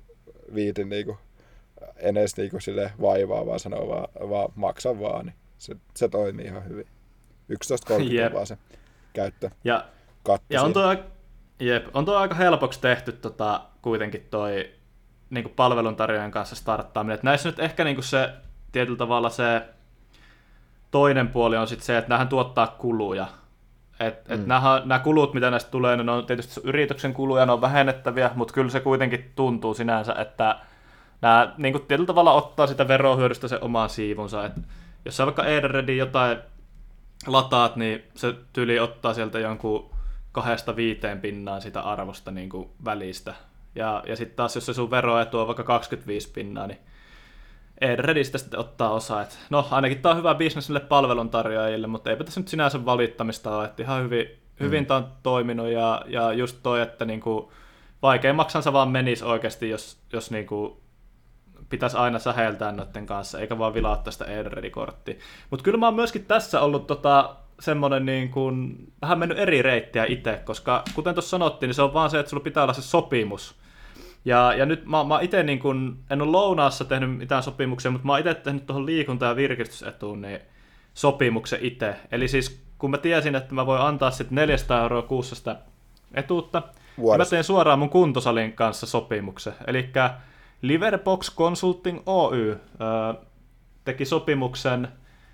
Speaker 2: edes niinku sille vaivaa, vaan sanoo vaan maksa vaan, niin se toimii ihan hyvin. 11,30 vaan se käyttö.
Speaker 1: Ja on tuo aika helpoksi tehty kuitenkin toi niinku palveluntarjoajan kanssa starttaaminen. Et näissä nyt ehkä niinku se tietyllä tavalla se toinen puoli on sit se, että näähän tuottaa kuluja. Nämä kulut, mitä näistä tulee, ne on tietysti yrityksen kuluja, ne on vähennettäviä, mutta kyllä se kuitenkin tuntuu sinänsä, että nämä niinku tietyllä tavalla ottaa sitä verohyödystä sen omaan siivunsa. Et jos sä vaikka Ederredin jotain lataat, niin se tyyli ottaa sieltä jonkun 2-5 pinnaa sitä arvosta niin kuin välistä. Ja sitten taas, jos se sun veroetu on vaikka 25 pinnaa, niin Redistä sitten ottaa osaa. Et no, ainakin tämä on hyvä bisnes niille palveluntarjoajille, mutta eipä tässä nyt sinänsä valittamista ole. Et ihan hyvin tämä on toiminut ja just toi, että niinku, vaikeimmaksansa vaan menisi oikeasti, jos niinku pitäisi aina säheltää noiden kanssa, eikä vaan vilauttaa sitä Ederedi-korttia. Mutta kyllä mä oon myöskin tässä ollut semmoinen niin kuin, vähän mennyt eri reittiä itse, koska kuten tuossa sanottiin, niin se on vaan se, että sulla pitää olla se sopimus. Ja nyt mä itse niin kuin, en ole lounaassa tehnyt mitään sopimuksia, mutta mä oon itse tehnyt tuohon liikunta- ja virkistysetuun niin sopimuksen itse. Eli siis kun mä tiesin, että mä voin antaa sitten 400 euroa kuussa sitä etuutta, niin mä tein suoraan mun kuntosalin kanssa sopimuksen. Elikkä Liverbox Consulting Oy teki sopimuksen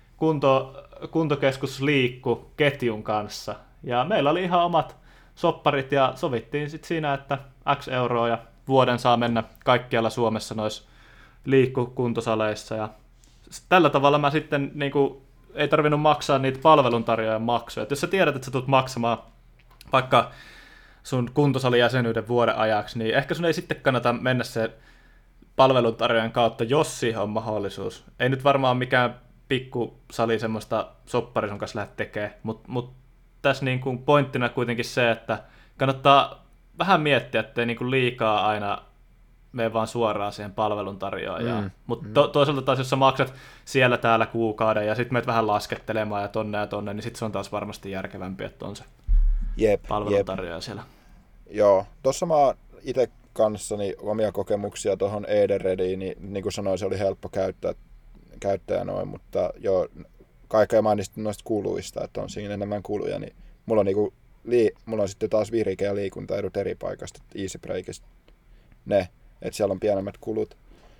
Speaker 1: kuntokeskus Liikku ketjun kanssa. Ja meillä oli ihan omat sopparit ja sovittiin sitten siinä, että X euroa ja vuoden saa mennä kaikkialla Suomessa noissa liikkukuntosaleissa. Ja tällä tavalla mä sitten ei tarvinnut maksaa niitä palveluntarjoajan maksuja. Et jos sä tiedät, että sä tulet maksamaan vaikka sun kuntosalijäsenyyden vuoden ajaksi, niin ehkä sun ei sitten kannata mennä se palveluntarjoajan kautta, jos siihen on mahdollisuus. Ei nyt varmaan mikään pikkusali semmoista soppari sun kanssa lähde tekemään, mutta tässä niin kuin pointtina kuitenkin se, että kannattaa vähän miettiä, ettei niin kuin liikaa aina mene vaan suoraan siihen palveluntarjoajaan. Mutta toisaalta taas, jos sä maksat siellä täällä kuukauden ja sitten menet vähän laskettelemaan ja tonne, niin sitten se on taas varmasti järkevämpi, että on se palveluntarjoaja siellä.
Speaker 2: Joo, tuossa mä oon itse kanssani omia kokemuksia tuohon Ederediin, niin kuin sanoin, se oli helppo käyttää noin, mutta joo, kaikkea mainitsin noista kuluista, että on siinä enemmän kuluja, niin mulla on sitten taas virike- ja liikuntaedut eri paikasta, Easy Breakista ne, että siellä on pienemmät kulut.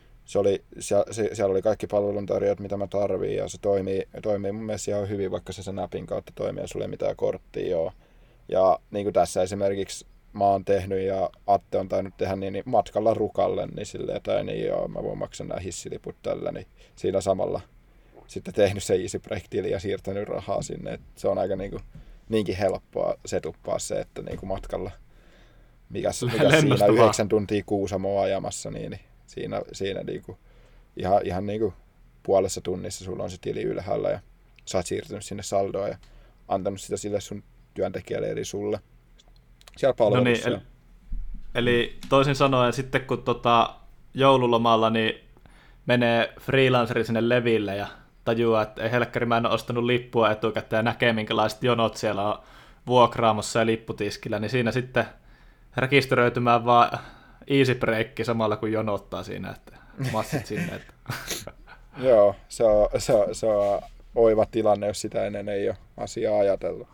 Speaker 2: Siellä oli kaikki palveluntarjoajat, mitä mä tarviin, ja se toimii mun mielestä ihan hyvin, vaikka se sen appin kautta toimii, ja sulla ei mitään korttia ole. Ja niin kuin tässä esimerkiksi mä oon tehnyt, ja Atte on tainnut tehdä niin matkalla Rukalle, niin silleen, tai niin joo, mä voin maksaa nämä hissiliput tällä, niin siinä samalla sitten tehnyt se Easy Break-tili ja siirtänyt rahaa sinne. Et se on aika niinkin helppoa setuppaa se, että matkalla, mikä siinä 9 tuntia Kuusamoa ajamassa, niin siinä ihan puolessa tunnissa sulla on se tili ylhäällä ja sä oot siirtynyt sinne saldoon ja antanut sitä sille sun työntekijälle eli sulle siellä palvelussa.
Speaker 1: No niin, eli toisin sanoen sitten kun joululomalla niin menee freelanceri sinne leville ja tajuaa, että ei helkkari, mä en ole ostanut lippua etukäteen ja näkee minkälaiset jonot siellä on vuokraamossa ja lipputiskillä, niin siinä sitten rekisteröitymään vaan Easy Break samalla kun jonottaa siinä, että massit sinne. Että.
Speaker 2: Joo, se on oiva tilanne, jos sitä ennen ei ole asiaa ajatellut.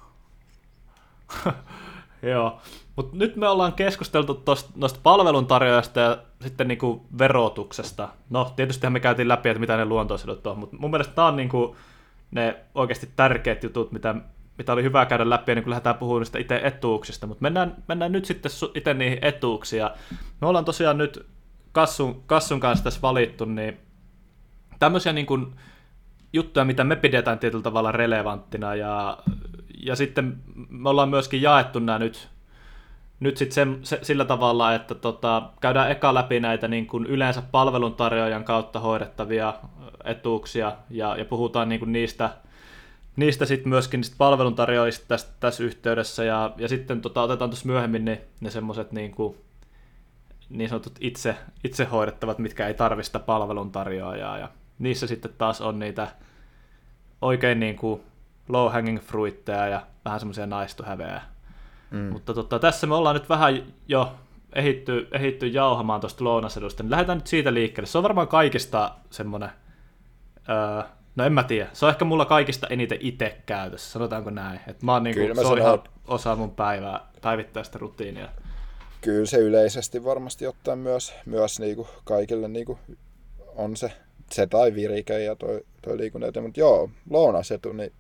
Speaker 1: Joo, mutta nyt me ollaan keskusteltu noista palveluntarjoajista ja sitten niinku verotuksesta. No, tietystihän me käytiin läpi, että mitä ne luontoisedut on, mutta mun mielestä nämä on niinku ne oikeasti tärkeät jutut, mitä oli hyvä käydä läpi, niin kun lähdetään puhumaan niistä itse etuuksista. Mutta mennään nyt sitten itse niihin etuuksiin. Me ollaan tosiaan nyt Kassun kanssa tässä valittu, niin tämmöisiä niin kuin juttuja, mitä me pidetään tietyllä tavalla relevanttina, ja sitten me ollaan myöskin jaettu nämä nyt sitten sillä tavalla, että käydään eka läpi näitä niin kuin yleensä palveluntarjoajan kautta hoidettavia etuuksia, ja puhutaan niin kuin niistä sitten myöskin niistä palveluntarjoajista tässä yhteydessä, ja sitten otetaan tuossa myöhemmin ne semmoiset niin sanotut itse hoidettavat, mitkä ei tarvitse sitä palveluntarjoajaa, ja niissä sitten taas on niitä oikein niin kuin low hanging fruitteja ja vähän semmoisia nice to haveja. Mutta tässä me ollaan nyt vähän jo ehitty jauhamaan tuosta lounasedusta, niin lähdetään nyt siitä liikkeelle. Se on varmaan kaikista semmoinen, no en mä tiedä, se on ehkä mulla kaikista eniten itse käytössä, sanotaanko näin. Että mä oon se on ihan osa mun päivittäistä rutiinia.
Speaker 2: Kyllä se yleisesti varmasti ottaen myös niinku kaikille niinku on se tai virike ja toi liikunta, mutta joo, lounasetu, niin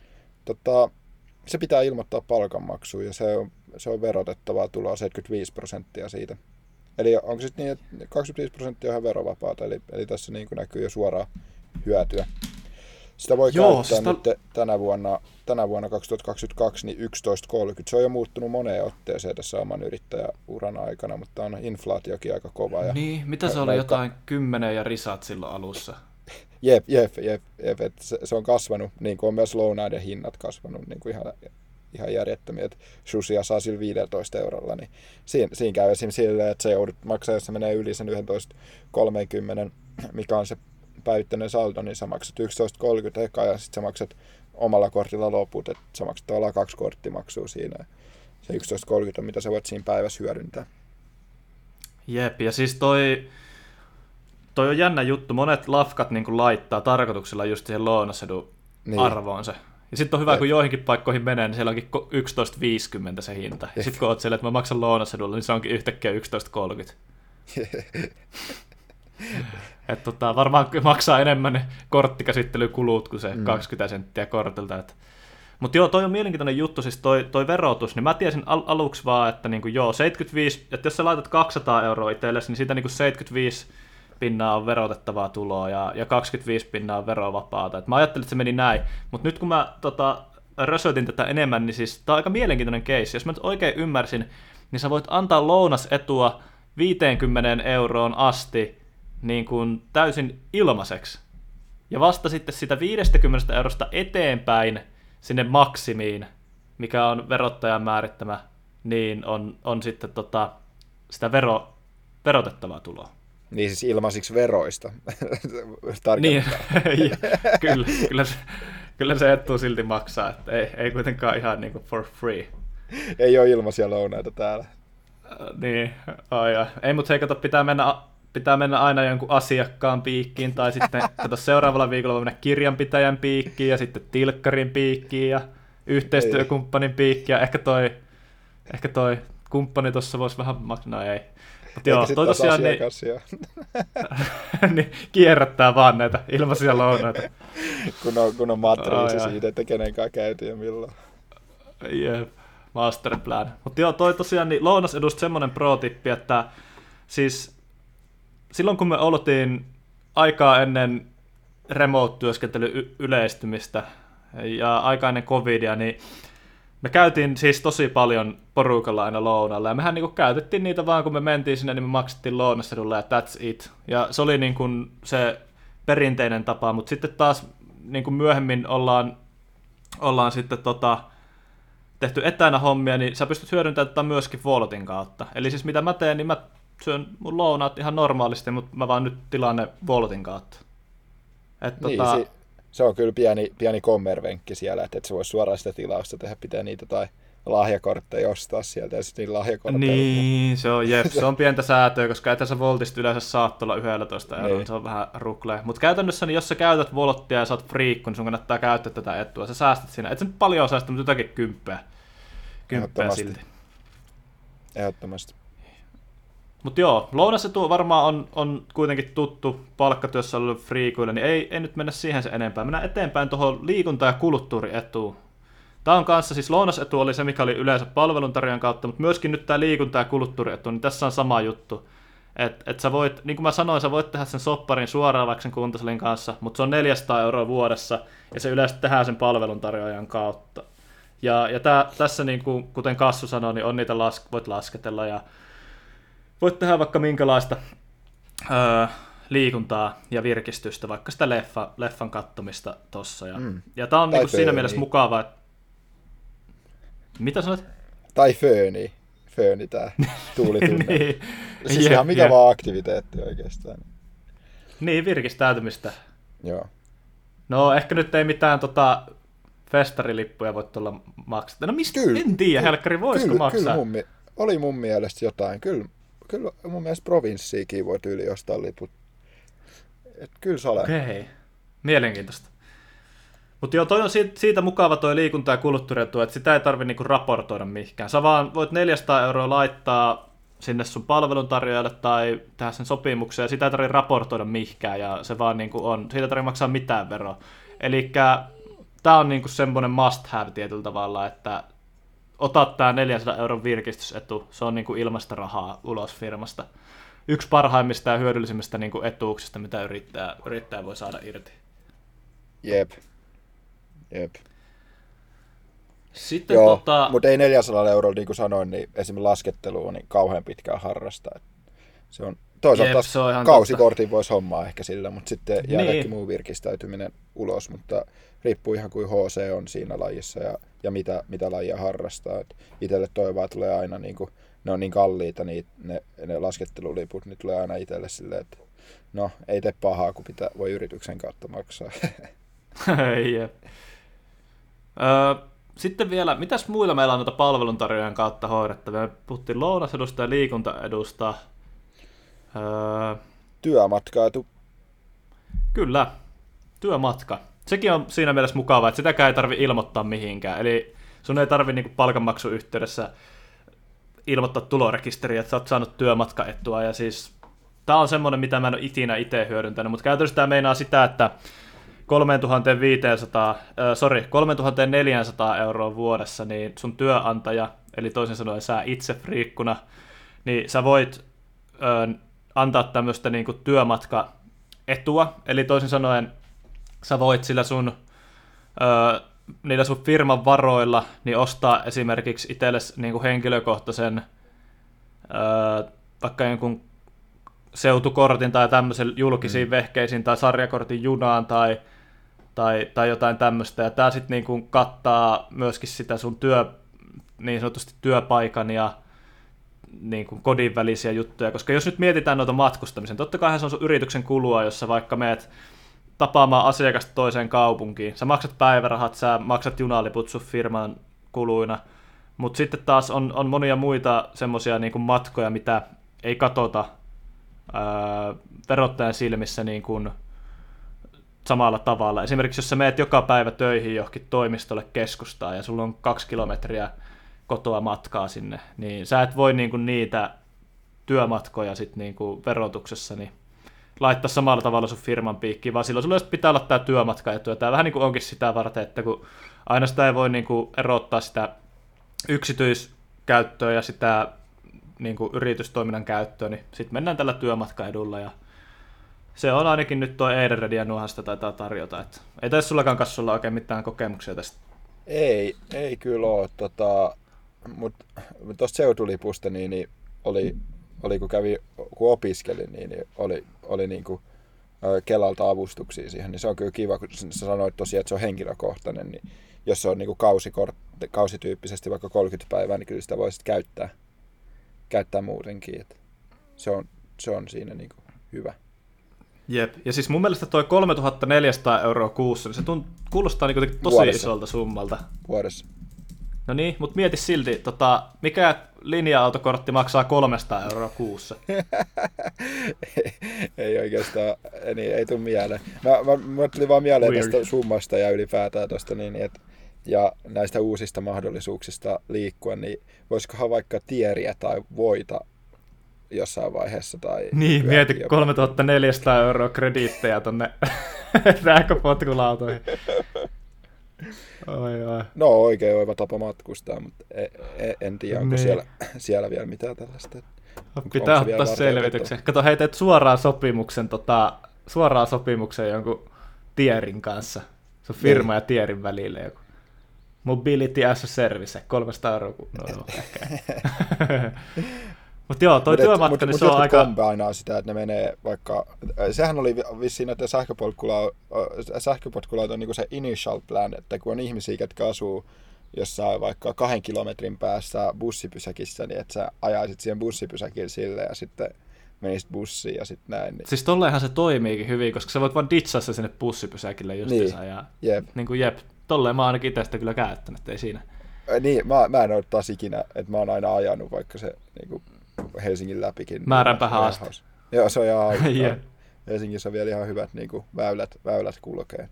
Speaker 2: se pitää ilmoittaa palkanmaksuun ja se on verotettavaa tuloa 75% siitä. Eli onko sitten niin, että 25% on ihan verovapaata, eli tässä niin kuin näkyy jo suoraa hyötyä. Sitä voi
Speaker 1: Joo,
Speaker 2: käyttää
Speaker 1: siis
Speaker 2: nyt tänä vuonna 2022 niin 11.30. Se on jo muuttunut moneen otteeseen tässä oman yrittäjäuran aikana, mutta on inflaatiokin aika kova. Ja
Speaker 1: niin, mitä se oli, jotain 10 ja risat silloin alussa?
Speaker 2: Jep. Se on kasvanut, niin kuin on myös lounaiden hinnat kasvanut niin kuin ihan järjettömiä. Susia saa sillä 15 eurolla, niin siinä käy esimerkiksi silleen, että se joudut maksaa, jos se menee yli sen 11.30, mikä on se päivittäinen saldo, niin sä maksat 11.30 eka ja sitten sä maksat omalla kortilla loput, että sä maksat tavallaan 2 korttimaksua siinä. Se 11.30 on mitä sä voit siinä päivässä hyödyntää.
Speaker 1: Jep, ja siis toi on jännä juttu. Monet lafkat niin kuin laittaa tarkoituksella just siihen lounasedun arvoon se. Ja sitten on hyvä, kun joihinkin paikkoihin menee, niin siellä onkin 11.50 se hinta. Ja sitten kun oot siellä, että mä maksan lounasedulla, niin se onkin yhtäkkiä 11.30. Että varmaan maksaa enemmän ne korttikäsittelykulut kuin se 20 senttiä kortilta. Mutta joo, toi on mielenkiintoinen juttu, siis toi verotus, niin mä tiesin aluksi vaan, että niinku, joo, 75, että jos sä laitat 200 euroa itsellesi, niin siitä niinku 75 pinnaa on verotettavaa tuloa ja 25 pinnaa on verovapaata. Et mä ajattelin, että se meni näin, mutta nyt kun mä rösötin tätä enemmän, niin siis tää on aika mielenkiintoinen case. Jos mä nyt oikein ymmärsin, niin sä voit antaa lounasetua 50 euroon asti niin kuin täysin ilmaiseksi. Ja vasta sitten sitä 50 eurosta eteenpäin sinne maksimiin, mikä on verottajan määrittämä, niin on sitten sitä verotettavaa tuloa.
Speaker 2: Niin siis ilmaisiksi veroista.
Speaker 1: Niin, kyllä se etu silti maksaa, että ei kuitenkaan ihan niin kuin for free.
Speaker 2: Ei ole ilmaisia lounaita täällä.
Speaker 1: Niin, ei, mutta kato, pitää mennä aina jonkun asiakkaan piikkiin, tai sitten seuraavalla viikolla voi mennä kirjanpitäjän piikkiin, ja sitten tilkkarin piikkiin, ja yhteistyökumppanin piikkiin, ja ehkä toi kumppani tuossa voisi vähän maksaa, no ei. Mutta joo, toi tosiaan niin kierrättää vaan näitä ilmaisia lounaita.
Speaker 2: kun on matriisi siitä, että kenen kanssa käyty ja milloin.
Speaker 1: Jep, masterplan. Mutta joo, toi tosiaan niin lounasedusta semmoinen pro-tippi, että siis silloin kun me oltiin aikaa ennen remote-työskentelyn yleistymistä ja aikaa ennen covidia, niin me käytiin siis tosi paljon porukalla aina lounalla, ja mehän niinku käytettiin niitä vaan, kun me mentiin sinne, niin me maksettiin lounasedulla, ja that's it. Ja se oli niinku se perinteinen tapa, mutta sitten taas niinku myöhemmin ollaan sitten tehty etänä hommia, niin sä pystyt hyödyntämään tätä myöskin Woltin kautta. Eli siis mitä mä teen, niin mä syön mun lounaat ihan normaalisti, mutta mä vaan nyt tilaan ne Woltin kautta.
Speaker 2: Niin, se on kyllä pieni kommervenkki siellä, että et sä vois suoraan sitä tilausta tehdä, pitää niitä tai lahjakortteja ostaa sieltä ja sitten lahjakortteja.
Speaker 1: Niin, se on pientä säätöä, koska ethän sä Woltista yleensä saat tulla 11 euroa, niin se on vähän ruklea. Mutta käytännössä, niin jos sä käytät Woltia ja sä oot friikku, niin sun kannattaa käyttää tätä etua. Sä säästät siinä, et sä nyt paljon säästä, mutta jotakin kymppeä silti.
Speaker 2: Ehdottomasti.
Speaker 1: Mutta joo, lounasetu varmaan on kuitenkin tuttu palkkatyössä ollut friikuille, niin ei nyt mennä siihen se enempää. Mennään eteenpäin tuohon liikunta- ja kulttuurietuun. Tämä on kanssa, siis lounasetu oli se, mikä oli yleensä palveluntarjoajan kautta, mutta myöskin nyt tämä liikunta- ja kulttuurietu, niin tässä on sama juttu. Että sä voit, niin kuin mä sanoin, sä voit tehdä sen sopparin suoraan vaikka sen kuntosalin kanssa, mutta se on 400 euroa vuodessa, ja se yleensä tehdään sen palveluntarjoajan kautta. Ja tässä, niin kuin, kuten Kassu sanoi, niin on niitä voit lasketella, ja voit tehdä vaikka minkälaista liikuntaa ja virkistystä, vaikka sitä leffan kattomista tossa. Ja tää on niinku siinä mielessä mukava, että... Mitä sanot?
Speaker 2: Tai fööni tää tuulitunne. Niin. Siis ihan mikä vaan aktiviteetti oikeastaan.
Speaker 1: Niin, virkistäytymistä.
Speaker 2: Joo.
Speaker 1: No ehkä nyt ei mitään festarilippuja voi tulla maksettua. No mistä? En tiedä, Helkkari, voisiko maksaa?
Speaker 2: Kyllä oli mun mielestä jotain. Kyllä mun mielestä provinssiikin voi tyyli jostain liput. Kyllä se ole.
Speaker 1: Okei, mielenkiintoista. Mutta joo, toi on siitä mukava toi liikunta- ja kulttuurietu, että sitä ei tarvitse niinku raportoida mihinkään. Sä vaan voit 400 euroa laittaa sinne sun palveluntarjoajalle tai tehdä sen sopimuksen, ja sitä ei tarvitse raportoida mihinkään, ja se vaan niinku on, siitä ei tarvitse maksaa mitään veroa. Elikkä tää on niinku semmoinen must have tietyllä tavalla, että otat tää 400 euron virkistysetu, se on niinku ilmaista rahaa ulos firmasta. Yksi parhaimmista ja hyödyllisimmistä niinku etuuksista, mitä yrittäjä voi saada irti.
Speaker 2: Jep. Jep.
Speaker 1: Sitten
Speaker 2: Joo, mutta ei 400 eurolla, niin kuin sanoin, niin esimerkiksi laskettelu on niin kauhean pitkään harrastaa. Se on toisaalta taas kausikortin voisi hommaa ehkä sillä, mutta sitten jää kaikki muu virkistäytyminen ulos, mutta riippuu ihan kuin HC on siinä lajissa ja mitä lajia harrastaa. Itselle toivoa tulee aina, niin kuin, ne on niin kalliita, niin ne lasketteluliput, niin tulee aina itselle silleen, että no ei tee pahaa, kun voi yrityksen kautta maksaa.
Speaker 1: Sitten vielä, mitäs muilla meillä on noita palveluntarjoajan kautta hoidettavia? Me puhuttiin lounasedusta ja liikuntaedusta.
Speaker 2: Työmatkaetu.
Speaker 1: Kyllä, työmatka. Sekin on siinä mielessä mukavaa, että sitäkään ei tarvitse ilmoittaa mihinkään. Eli sun ei tarvitse niinku palkanmaksun yhteydessä ilmoittaa tulorekisteriä, että sä oot saanut työmatkaetua. Ja siis tää on semmoinen, mitä mä en ole ikinä itse hyödyntänyt, mutta käytännössä tää meinaa sitä, että 3400 euroa vuodessa, niin sun työnantaja, eli toisin sanoen sä itse friikkuna, niin sä voit antaa tämmöistä niinku työmatkaetua, eli toisin sanoen sä voit sillä niillä sun firman varoilla niin ostaa esimerkiksi itsellesi niinku henkilökohtaisen vaikka jonkun seutukortin tai tämmöisen julkisiin vehkeisiin tai sarjakortin junaan tai jotain tämmöistä, ja tää sitten niinku kattaa myöskin sitä sun niin sanotusti työpaikan ja niin kuin kodin välisiä juttuja, koska jos nyt mietitään noita matkustamisen, totta kai se on sun yrityksen kulua, jos sä vaikka meet tapaamaan asiakasta toiseen kaupunkiin, sä maksat päivärahat, sä maksat junaliput sun firman kuluina, mutta sitten taas on monia muita semmoisia niin kuin matkoja, mitä ei katsota verottajan silmissä niin kuin samalla tavalla. Esimerkiksi jos sä meet joka päivä töihin johonkin toimistolle keskustaan ja sulla on 2 kilometriä kotoa matkaa sinne, niin sä et voi niinku niitä työmatkoja sit niinku verotuksessa niin laittaa samalla tavalla sun firman piikkiin, vaan silloin sulla pitää olla tää työmatkaetu, ja tää vähän niinku onkin sitä varten, että kun aina sitä ei voi niinku erottaa sitä yksityiskäyttöä ja sitä niinku yritystoiminnan käyttöä, niin sitten mennään tällä työmatkaedulla, ja se on ainakin nyt tuo Eideredia nuohasta taitaa tarjota, että ei taisi sullakaan kanssa olla oikein mitään kokemuksia tästä.
Speaker 2: Ei kyllä ole, mutta tuosta seutulipusta niin oli kun opiskelin, niin oli niin kuin Kelalta avustuksia siihen, niin se on kyllä kiva, kun sä sanoit tosiaan, että se on henkilökohtainen, niin jos se on niin kuin kausityyppisesti vaikka 30 päivää, niin kyllä sitä voisit käyttää muutenkin, että se on siinä niin kuin hyvä.
Speaker 1: Jep, ja siis mun mielestä toi 3400 euroa kuussa, niin se kuulostaa niin tosi vuodessa. Isolta summalta.
Speaker 2: Vuodessa.
Speaker 1: No niin, mutta mieti silti, mikä linja-autokortti maksaa 300 euroa kuussa?
Speaker 2: ei oikeastaan, ei tule mieleen. Mä tuli vaan mieleen tästä summasta ja ylipäätään tuosta ja näistä uusista mahdollisuuksista liikkua, niin voisikohan vaikka tieriä tai voita jossain vaiheessa. Tai
Speaker 1: niin, mieti 3400 euroa krediittejä tonne sähköpotkulautoihin. Oi.
Speaker 2: No oikein oiva tapa matkustaa, mutta en tiedä, onko siellä vielä mitään tällaista.
Speaker 1: Pitää ottaa selvityksen. Kato, hei, teet suoraan sopimuksen jonkun tierin kanssa. Se on firma ja tierin välillä joku. Mobility as a service, 300 euroa. No, ehkä. Mutta joo, toi työmatka, niin se on aika...
Speaker 2: Mutta aina sitä, että ne menee vaikka... Sehän oli vissiin näiden sähköpotkulauta on niin kuin se initial plan, että kun on ihmisiä, jotka asuu jossain vaikka 2 kilometrin päässä bussipysäkissä, niin että sä ajaisit siihen bussipysäkille sille ja sitten menisit bussiin ja sitten näin. Niin.
Speaker 1: Siis tolleenhan se toimiikin hyvin, koska sä voit vaan ditsaa se sinne bussipysäkille justiinsa.
Speaker 2: Niin,
Speaker 1: ja
Speaker 2: jep.
Speaker 1: Niin kuin jep, tolleen mä ainakin itse sitä kyllä käyttänyt, ei siinä.
Speaker 2: Niin, mä en ole taas ikinä, että mä oon aina ajanut vaikka se niin kuin Helsingin läpikin.
Speaker 1: Määränpäähän asti.
Speaker 2: Joo, se on ihan hauskaa. Yeah. Helsingissä on vielä ihan hyvät niin kuin väylät kulkee.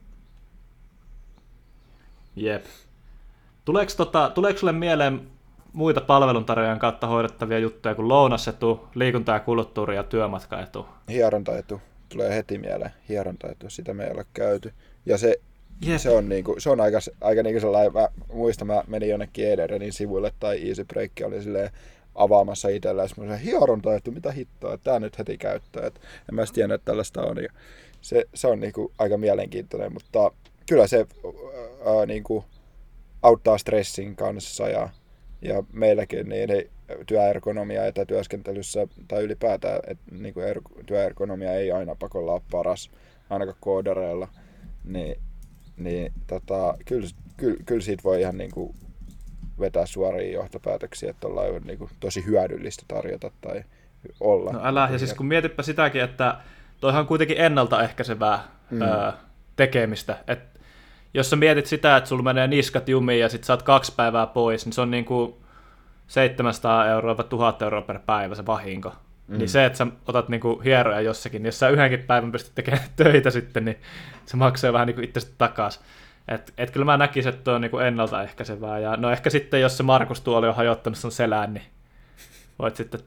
Speaker 1: Jep. Tuleeko sulle mieleen muita palveluntarjoajan kautta hoidettavia juttuja kuin lounasetu, liikunta- ja kulttuuri- ja työmatkaetu?
Speaker 2: Hierontaetu tulee heti mieleen. Hierontaetu, sitä me ei ole käyty. Ja se on, niinku, se on aika niinku sellainen, mä menin jonnekin Ederenin sivuille tai Easy Break oli silleen avaamassa itsellään semmoisen hierontaetu, mitä hittoa, että tää nyt heti käyttää. Et en mä tiedä, että tällaista on. Ja se on niinku aika mielenkiintoinen, mutta kyllä se niin kuin auttaa stressin kanssa ja meilläkin niin työergonomia etätyöskentelyssä tai ylipäätään niin kuin työergonomia ei aina pakolla ole paras, ainakaan koodareilla, niin kyllä siitä voi ihan niin kuin vetää suoria johtopäätöksiä, että ollaan niin kuin tosi hyödyllistä tarjota tai olla.
Speaker 1: No älä, ja siis kun mietipä sitäkin, että toihan on kuitenkin ennaltaehkäisevää tekemistä, että jos sä mietit sitä, että sulla menee niskat jumiin ja sit saat 2 päivää pois, niin se on niinku 700 euroa vai 1000 euroa per päivä se vahinko. Niin se, että sä otat niinku hieroja jossakin, niin jos sä yhdenkin päivän pystyt tekemään töitä sitten, niin se maksaa vähän niinku itsestä takaisin. Et kyllä mä näkisin, että toi on niinku ennaltaehkäisevää. Ja no ehkä sitten, jos se Markus tuoli on hajottanut sun selään, niin voit sitten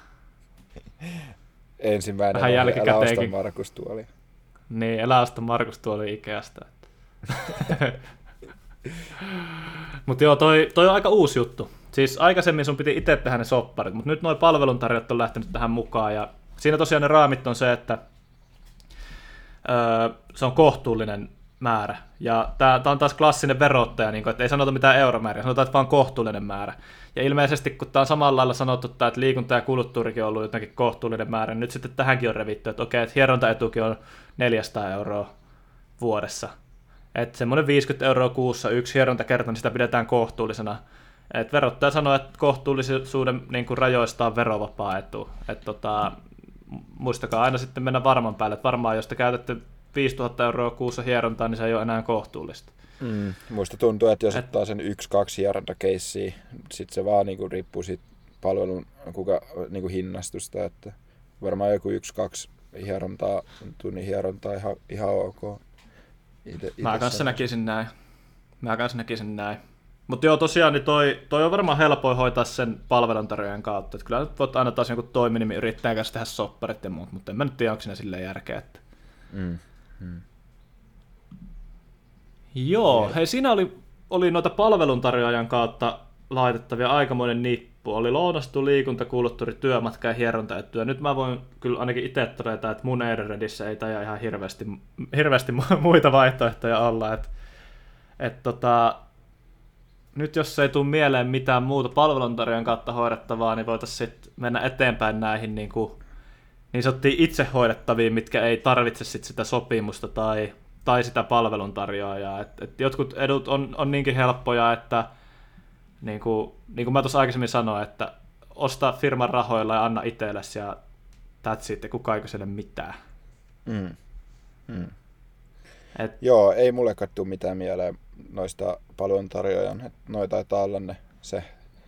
Speaker 2: ensimmäinen
Speaker 1: vähän
Speaker 2: älä osta Markus tuoli.
Speaker 1: Niin, älä osta Markus tuoli Ikeasta. Mutta joo, toi on aika uusi juttu. Siis aikaisemmin sun piti itse tehdä ne sopparit, mutta nyt nuo palveluntarjoajat on lähtenyt tähän mukaan. Ja siinä tosiaan ne raamit on se, että se on kohtuullinen määrä. Ja tää on taas klassinen verottaja, niin että ei sanota mitään euromääriä, sanotaan, että vaan kohtuullinen määrä. Ja ilmeisesti, kun tää on samalla lailla sanottu, että liikunta ja kulttuurikin on ollut jotenkin kohtuullinen määrä, niin nyt sitten tähänkin on revitty, että okei, että hierontaetukin on 400 euroa vuodessa. Että semmoinen 50 euroa kuussa yksi hierontakerta, niin sitä pidetään kohtuullisena. Et verottaja sanoo, että kohtuullisuuden niin kuin rajoista on verovapaa etu. Muistakaa aina sitten mennä varman päälle, että varmaan jos te käytätte 5000 euroa kuussa hierontaa, niin se ei ole enää kohtuullista.
Speaker 2: Musta tuntuu, että jos ottaa sen 1-2 hierontakeissiä, sitten se vaan niinku riippuu siitä palvelun niinku hinnastusta, että varmaan joku 1-2 tunnin hierontaa ihan ok.
Speaker 1: Mä kanssa näkisin näin. Mutta joo, tosiaan niin toi on varmaan helpoin hoitaa sen palveluntarjoajan kautta. Et kyllä nyt voit aina taas jonkun toiminimi yrittäjän kanssa tehdä sopparit ja muut, mutta en mä nyt tiedä, onko siinä silleen järkeä. Että... Joo, hei siinä oli noita palveluntarjoajan kautta laitettavia aikamoinen nippu. Oli lounastu, liikunta, kulttuuri, työmatka ja hierontaetuja. Nyt mä voin kyllä ainakin itse todeta, että mun Edenredissä ei taida ihan hirveästi muita vaihtoehtoja olla. Nyt jos ei tule mieleen mitään muuta palveluntarjoajan kautta hoidettavaa, niin voitaisiin sitten mennä eteenpäin näihin niin sanottiin itse hoidettaviin, mitkä ei tarvitse sit sitä sopimusta tai sitä palveluntarjoajaa. Et jotkut edut on niinkin helppoja, että niin kuin mä tuossa aikaisemmin sanoin, että osta firman rahoilla ja anna itsellesi ja that's it, kukaan ei kysele mitään.
Speaker 2: Joo, ei mullekaan tule mitään mieleen noista palveluntarjoajan, että noi taitaa olla ne se...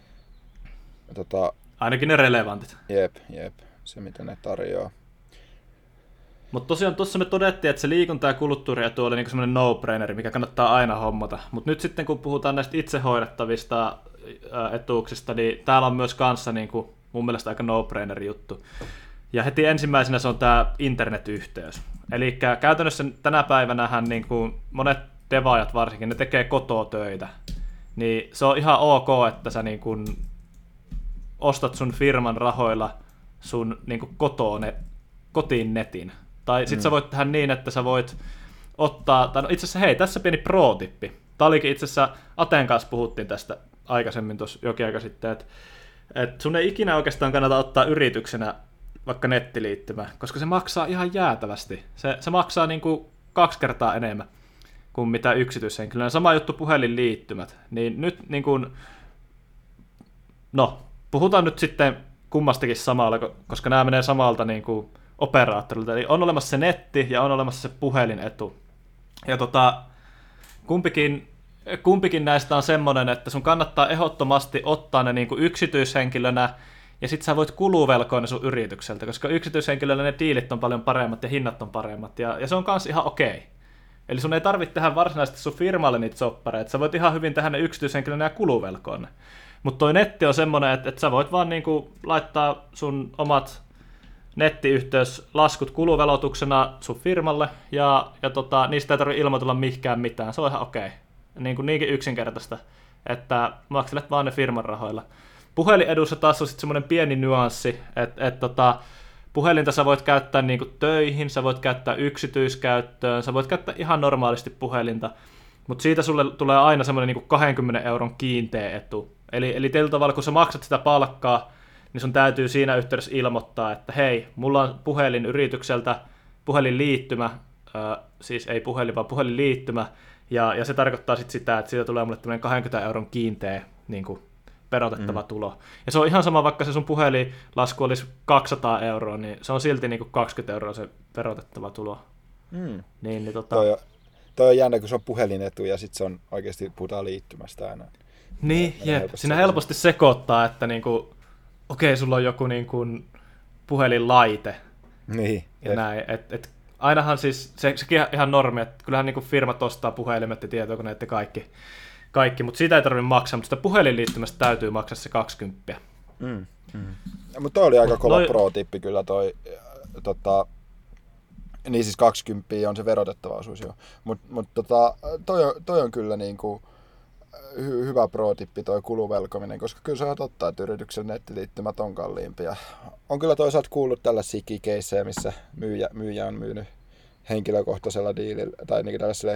Speaker 1: Ainakin ne relevantit.
Speaker 2: Jep, se mitä ne tarjoaa.
Speaker 1: Mutta tosiaan tuossa me todettiin, että se liikunta ja kulttuurietu oli niinku semmoinen no-braineri, mikä kannattaa aina hommata. Mutta nyt sitten kun puhutaan näistä itsehoidettavista etuuksista, niin täällä on myös kanssa niinku mun mielestä aika no-braineri juttu. Ja heti ensimmäisenä se on tämä internetyhteys. Eli käytännössä tänä päivänähän niinku monet devaajat varsinkin, ne tekee kotoa töitä. Niin se on ihan ok, että sä niinku ostat sun firman rahoilla sun niinku kotiin netin. Tai sit sä voit tehdä niin, että sä voit ottaa, tai no itse asiassa hei, tässä pieni pro-tippi. Tää olikin itse asiassa, Aten kanssa puhuttiin tästä aikaisemmin tuossa jokin aika sitten, että sun ei ikinä oikeastaan kannata ottaa yrityksenä vaikka nettiliittymä, koska se maksaa ihan jäätävästi. Se maksaa niinku 2 kertaa enemmän kuin mitä yksityishenkilöä. Sama juttu puhelinliittymät. Niin nyt niinku, puhutaan nyt sitten kummastakin samalla, koska nämä menee samalta niinku operaattorilta. Eli on olemassa se netti ja on olemassa se puhelinetu. Ja kumpikin näistä on semmoinen, että sun kannattaa ehdottomasti ottaa ne niinku yksityishenkilönä, ja sit sä voit kuluvelkoa ne sun yritykseltä, koska yksityishenkilöllä ne diilit on paljon paremmat ja hinnat on paremmat, ja se on kans ihan okei. Eli sun ei tarvitse tehdä varsinaisesti sun firmalle niitä soppareita, sä voit ihan hyvin tehdä ne yksityishenkilönä ja kuluvelkoon ne. Mutta toi netti on semmoinen, että sä voit vaan niinku laittaa sun omat nettiyhteyslaskut kuluvelotuksena sun firmalle, ja niistä ei tarvitse ilmoitella mihinkään mitään, se on ihan okei. Niinkin yksinkertaista, että makselet vaan ne firman rahoilla. Puhelinedussa taas on sitten semmoinen pieni nyanssi, että puhelinta sä voit käyttää niin kuin töihin, sä voit käyttää yksityiskäyttöön, sä voit käyttää ihan normaalisti puhelinta, mutta siitä sulle tulee aina semmoinen niin kuin 20 euron kiinteä etu. Eli tällä tavalla, kun sä maksat sitä palkkaa, niin sun täytyy siinä yhteydessä ilmoittaa, että hei, mulla on puhelin yritykseltä, puhelinliittymä, siis ei puhelin, vaan puhelinliittymä, ja se tarkoittaa sitten sitä, että siitä tulee mulle tämmöinen 20 euron kiinteä niin kuin verotettava tulo. Ja se on ihan sama, vaikka se sun puhelinlasku olisi 200 euroa, niin se on silti niin kuin 20 euroa se verotettava tulo. Niin,
Speaker 2: toi on jännä, kun se on puhelinetu ja sitten se on oikeasti puhutaan liittymästä aina.
Speaker 1: Niin, jep. Siinä helposti sekoittaa, että niinku, okei, sulla on joku niinku puhelinlaite.
Speaker 2: Niin.
Speaker 1: Ja näin. Ainahan siis, sekin on ihan normi, että kyllähän niinku firmat ostaa puhelimet ja tietokoneet ja kaikki, mutta siitä ei tarvitse maksaa, mutta sitä puhelinliittymästä täytyy maksaa se 20.
Speaker 2: Mutta toi oli aika kova pro-tippi kyllä toi, niin siis 20 on se verotettava osuus jo, mutta toi on kyllä niinku hyvä pro-tippi toi kuluvelkominen, koska kyllä se on totta, että yrityksen nettiliittymät on kalliimpia. On kyllä toisaalta kuullut tällaisia keissejä, missä myyjä on myynyt henkilökohtaisella diilillä, tai niin tällaisella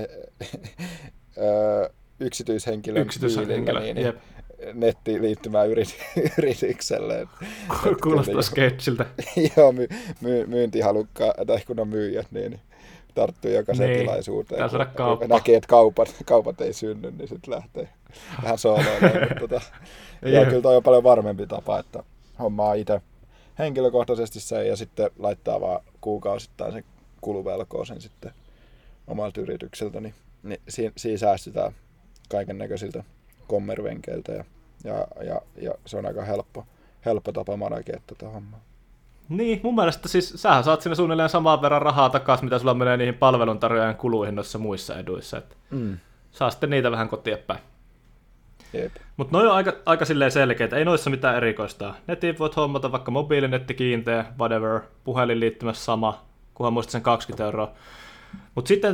Speaker 2: yksityishenkilön diilillä, niin nettiliittymää yritykselle.
Speaker 1: Kuulostaa sketsiltä.
Speaker 2: Joo, myyntihalukkaa, tai kun on myyjät, niin tarttuu jokaiseen tilaisuuteen. Kun näkee, että kaupat ei synny, niin sitten lähtee vähän sooloilemaan. Ja kyllä toi on paljon varmempi tapa, että hommaa itse henkilökohtaisesti sen ja sitten laittaa vaan kuukausittain sen kuluvelkoon sen sitten omalta yritykseltä, niin siinä säästytään kaiken näköisiltä kommervenkeiltä ja se on aika helppo tapa managia tätä hommaa.
Speaker 1: Niin, mun mielestä siis sähän saat sinne suunnilleen saman verran rahaa takaisin, mitä sulla menee niihin palveluntarjoajan kuluihin noissa muissa eduissa. Saa sitten niitä vähän kotiin päin. Mutta noi on aika silleen selkeitä, ei noissa mitään erikoista. Netin voit hommata vaikka mobiilinetti kiinteä, whatever, puhelinliittymässä sama, kunhan muistat sen 20 euroa. Mutta sitten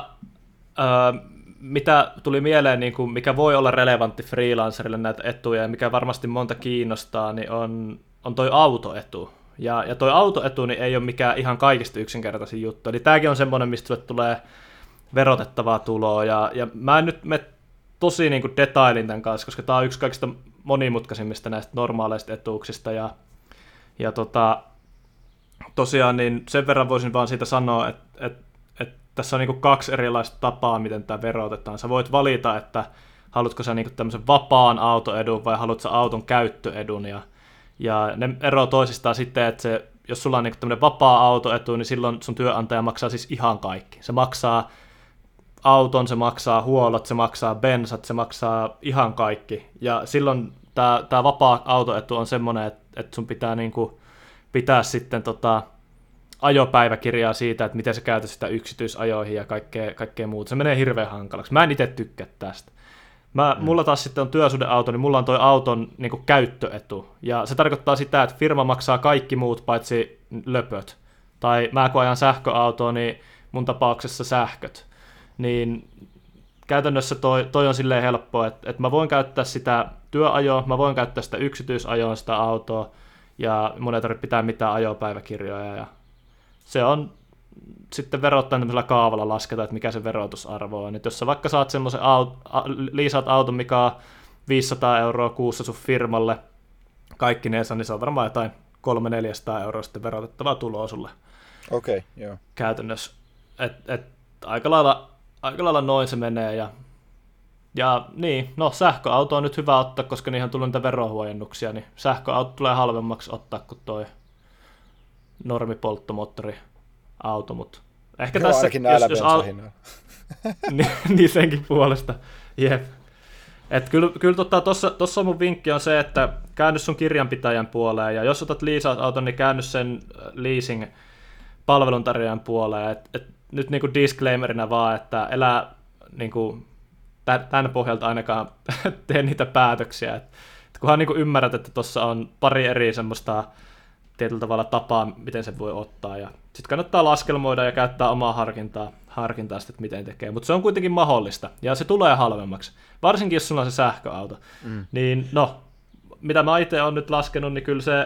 Speaker 1: mitä tuli mieleen, niin kuin mikä voi olla relevantti freelancerille näitä etuja ja mikä varmasti monta kiinnostaa, niin on toi autoetu. Ja toi autoetu niin ei ole mikään ihan kaikista yksinkertaisin juttu. Eli tämäkin on semmoinen, mistä sulle tulee verotettavaa tuloa. Ja mä en nyt mene tosi niin kuin detailin tämän kanssa, koska tämä on yksi kaikista monimutkaisimmista näistä normaaleista etuuksista. Ja tosiaan niin sen verran voisin vaan siitä sanoa, että tässä on niin kuin 2 erilaista tapaa, miten tämä verotetaan. Sä voit valita, että haluatko sä niin kuin tämmöisen vapaan autoedun vai haluatko sä auton käyttöedun. Ja ne eroaa toisistaan sitten, että jos sulla on niin tämmöinen vapaa autoetu, niin silloin sun työnantaja maksaa siis ihan kaikki. Se maksaa auton, se maksaa huollot, se maksaa bensat, se maksaa ihan kaikki. Ja silloin tämä vapaa autoetu on semmoinen, että sun pitää niin kuin pitää sitten ajopäiväkirjaa siitä, että miten sä käytät sitä yksityisajoihin ja kaikkea muuta. Se menee hirveän hankalaksi. Mä en itse tykkää tästä. Mulla taas sitten on työsuhdeauto, niin mulla on toi auton niin kuin käyttöetu. Ja se tarkoittaa sitä, että firma maksaa kaikki muut paitsi löpöt. Tai mä kun ajan sähköautoa, niin mun tapauksessa sähköt. Niin käytännössä toi on silleen helppoa, että mä voin käyttää sitä työajoa, mä voin käyttää sitä yksityisajoa, sitä autoa, ja mun ei tarvitse pitää mitään ajopäiväkirjoja. Ja se on sitten verottaen tämmöisellä kaavalla lasketaan, että mikä se verotusarvo on. Et jos sä vaikka saat semmoisen liisaat auton, mikä on 500 euroa kuussa sun firmalle kaikkineensa, niin se on varmaan jotain 300-400 euroa sitten verotettavaa tuloa sulle.
Speaker 2: Okei, joo.
Speaker 1: Käytännössä. Aika lailla noin se menee. Ja niin, no sähköauto on nyt hyvä ottaa, koska niihin on tullut niitä verohuojennuksia, niin sähköauto tulee halvemmaksi ottaa kuin toi normipolttomoottoriauto, mutta ehkä
Speaker 2: joo,
Speaker 1: tässä,
Speaker 2: jos
Speaker 1: niin senkin puolesta, jep. Et kyllä tuossa mun vinkki on se, että käänny sun kirjanpitäjän puoleen, ja jos otat leasausauton, niin käänny sen leasing-palveluntarjoajan puoleen. Et nyt niinku disclaimerina vaan, että elää niinku tämän pohjalta ainakaan tee niitä päätöksiä. Et kunhan niinku ymmärrät, että tuossa on pari eri semmoista tietyllä tavalla tapaa, miten se voi ottaa. Ja sitten kannattaa laskelmoida ja käyttää omaa harkintaa sitten, että miten tekee. Mutta se on kuitenkin mahdollista, ja se tulee halvemmaksi. Varsinkin, jos sulla on se sähköauto. Niin no, mitä mä itse olen nyt laskenut, niin kyllä se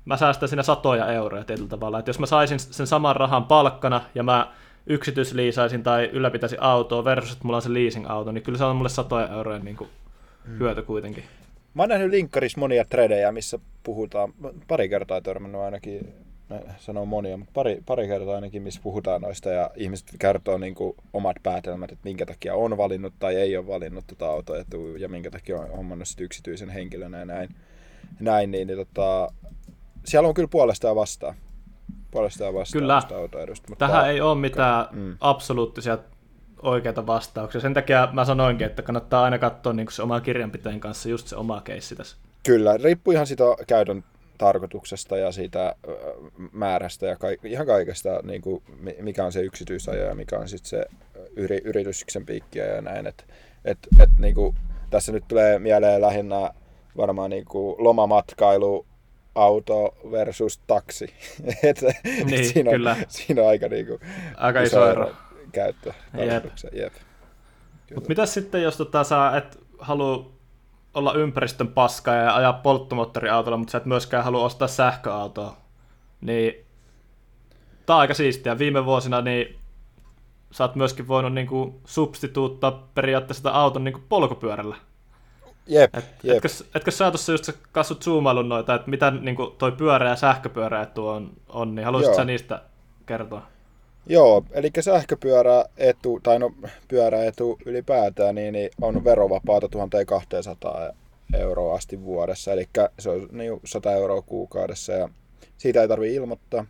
Speaker 1: mä säästän siinä satoja euroja tietyllä tavalla. Että jos mä saisin sen saman rahan palkkana ja mä yksityisliisaisin tai ylläpitäisin autoa versus, että mulla on se leasing-auto, niin kyllä se on mulle satoja euroja niin kuin hyöty kuitenkin.
Speaker 2: Mä oon nähnyt linkkarissa monia tredejä, missä puhutaan, pari kertaa törmännyt ainakin, sanoo monia, mutta pari kertaa ainakin, missä puhutaan noista ja ihmiset kertoo niin kuin omat päätelmät, että minkä takia on valinnut tai ei ole valinnut tuota autoetua ja minkä takia on hommannut yksityisen henkilönä ja näin niin siellä on kyllä puolesta ja vastaan.
Speaker 1: Kyllä.
Speaker 2: Autoedusta.
Speaker 1: Mutta tähän ei ole mitään absoluuttisia oikeita vastauksia. Sen takia mä sanoinkin, että kannattaa aina katsoa niin se oma kirjanpiteen kanssa just se oma keissi tässä.
Speaker 2: Kyllä, riippuu ihan siitä käytön tarkoituksesta ja siitä määrästä ja ihan kaikesta, niin kuin mikä on se yksityisajo ja mikä on sitten se yrityksen piikkiä ja näin. Niin kuin, tässä nyt tulee mieleen lähinnä varmaan niin kuin lomamatkailu, auto versus taksi.
Speaker 1: Niin,
Speaker 2: siinä on aika, niin kuin,
Speaker 1: aika iso ero
Speaker 2: käyttötarkoituksia. Jep.
Speaker 1: Mutta mitäs sitten, jos sä et halua olla ympäristön paska ja ajaa polttomoottoriautolla, mutta sä et myöskään halua ostaa sähköautoa, niin tää on aika siistiä. Viime vuosina niin sä oot myöskin voinut niinku substituuttaa periaatteessa sitä auton niinku polkupyörällä.
Speaker 2: Jep.
Speaker 1: Etkö sä tuossa just katsot zoomailun noita, että mitä niinku toi pyörä ja sähköpyöräetu on, niin haluaisitko sä niistä kertoa?
Speaker 2: Joo, eli sähköpyöräetu, tai no pyöräetu ylipäätään, niin on verovapaata 1200 euroa asti vuodessa, eli se on niin 100 euroa kuukaudessa, ja siitä ei tarvitse ilmoittaa.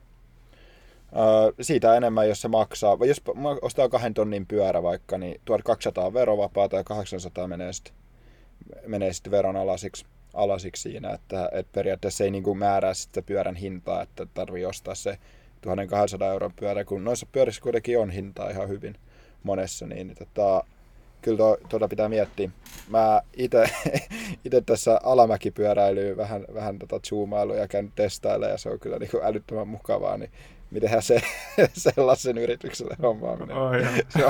Speaker 2: Siitä enemmän, jos se maksaa, vai jos ostaa 2 tonnin pyörä vaikka, niin 1200 verovapaata ja 800 menee sitten veron alasiksi siinä, että periaatteessa ei niin kuin määrää sitten pyörän hintaa, että tarvii ostaa se 1200 euron pyörä, kun noissa pyörissä kuitenkin on hintaa ihan hyvin monessa, niin kyllä tuota pitää miettiä. Mä itse tässä alamäkipyöräilyä vähän zoomailuja ja käynyt testailemaan ja se on kyllä niin kuin älyttömän mukavaa, niin mitenhän se sellaisen yritykselle hommaa menee. Se on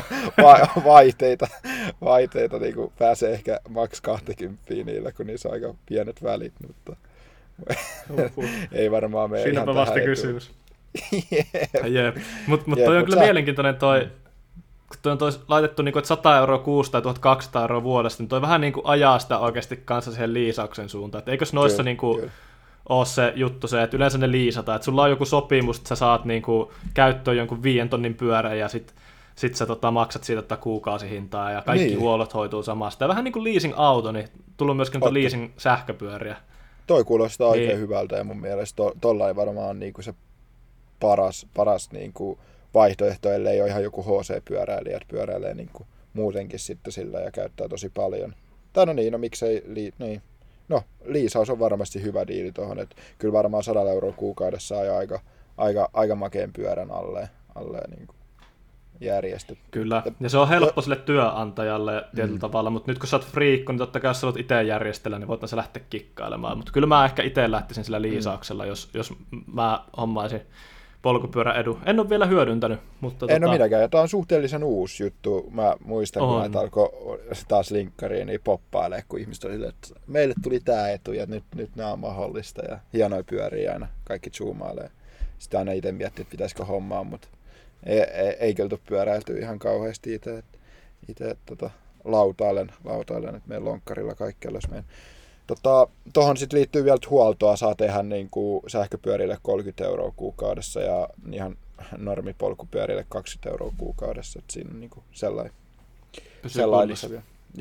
Speaker 2: vaihteita niin kuin pääsee ehkä maks 20 niillä, kun niissä on aika pienet välit, mutta ei varmaan mene ihan tähän
Speaker 1: vasta kysymys. Jep. Mutta toi on kyllä mielenkiintoinen toi on laitettu niinku, että 100 euroa kuusta tai 1200 euroa vuodesta, niin toi vähän niinku ajaa sitä oikeasti kanssa siihen liisauksen suuntaan. Et eikös noissa niinku ole se juttu se, että yleensä ne liisataan, että sulla on joku sopimus, että sä saat niinku käyttöön jonkun 5 tonnin pyörän ja sit sä maksat siitä kuukausihintaa ja kaikki huollot hoituu samasta. Ja vähän niin kuin leasing-auto, niin tullut myöskin leasing-sähköpyöriä.
Speaker 2: Toi kuulostaa oikein hyvältä ja mun mielestä tollain varmaan niinku se paras niinku vaihtoehto, ellei ole ihan joku HC-pyöräilijä, että pyöräilee niinku muutenkin sitten sillä ja käyttää tosi paljon. Tai miksei, liisaus on varmasti hyvä diili tuohon, että kyllä varmaan 100 euroa kuukaudessa saa aika makeen pyörän alle niinku järjestetty.
Speaker 1: Kyllä, ja se on helppo sille työnantajalle tietyllä tavalla, mutta nyt kun sä oot friikko, niin totta kai jos sä oot itse järjestellä, niin voit se lähteä kikkailemaan. Mutta kyllä mä ehkä itse lähtisin sillä liisauksella, jos mä hommaisin polkupyörän edun. En ole vielä hyödyntänyt. Mutta
Speaker 2: en ole minäkään, ja tämä on suhteellisen uusi juttu. Mä muistan, kun näitä alkoi taas linkkariin, niin poppailee, kun ihmiset oli, että meille tuli tämä etu, ja nyt nämä on mahdollista, ja hienoja pyöriä aina, kaikki zoomailee. Sitten aina itse miettii, että pitäisikö hommaa, mutta ei kyllä pyöräilty ihan kauheasti itse lautailen, että meidän lonkkarilla kaikkialla jos meidän. Tuohon sitten liittyy vielä huoltoa, saa tehdä niin kuin sähköpyörille 30 euroa kuukaudessa ja ihan normipolkupyörille 20 euroa kuukaudessa, että siinä on niin kuin sellainen lisäviä.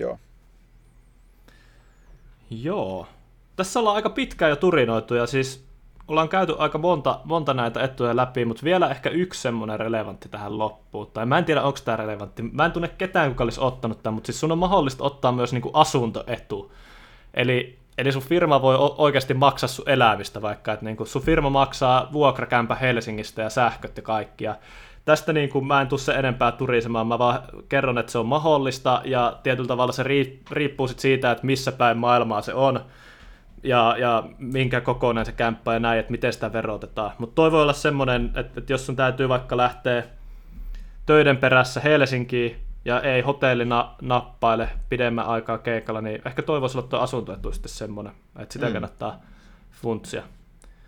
Speaker 2: Joo.
Speaker 1: Tässä ollaan aika pitkään jo turinoitu ja siis ollaan käyty aika monta näitä etuja läpi, mutta vielä ehkä yksi semmoinen relevantti tähän loppuun. Tai mä en tiedä, onko tämä relevantti. Mä en tunne ketään, kuka olisi ottanut tämän, mutta siis sun on mahdollista ottaa myös niin kuin asuntoetu. Eli sun firma voi oikeasti maksaa sun elävistä vaikka, että niin kuin sun firma maksaa vuokrakämpä Helsingistä ja sähköt ja kaikki. Ja tästä niin kuin mä en tule sen enempää turisemaan, mä vaan kerron, että se on mahdollista ja tietyllä tavalla se riippuu sit siitä, että missä päin maailmaa se on. Ja minkä kokoinen se kämppä ja näin, että miten sitä verotetaan. Mutta toi voi olla semmoinen, että jos sun täytyy vaikka lähteä töiden perässä Helsinkiin ja ei hotellina nappaile pidemmän aikaa keikalla, niin ehkä toi voisi olla tuo asuntoetu sitten semmoinen, että sitä kannattaa funtsia.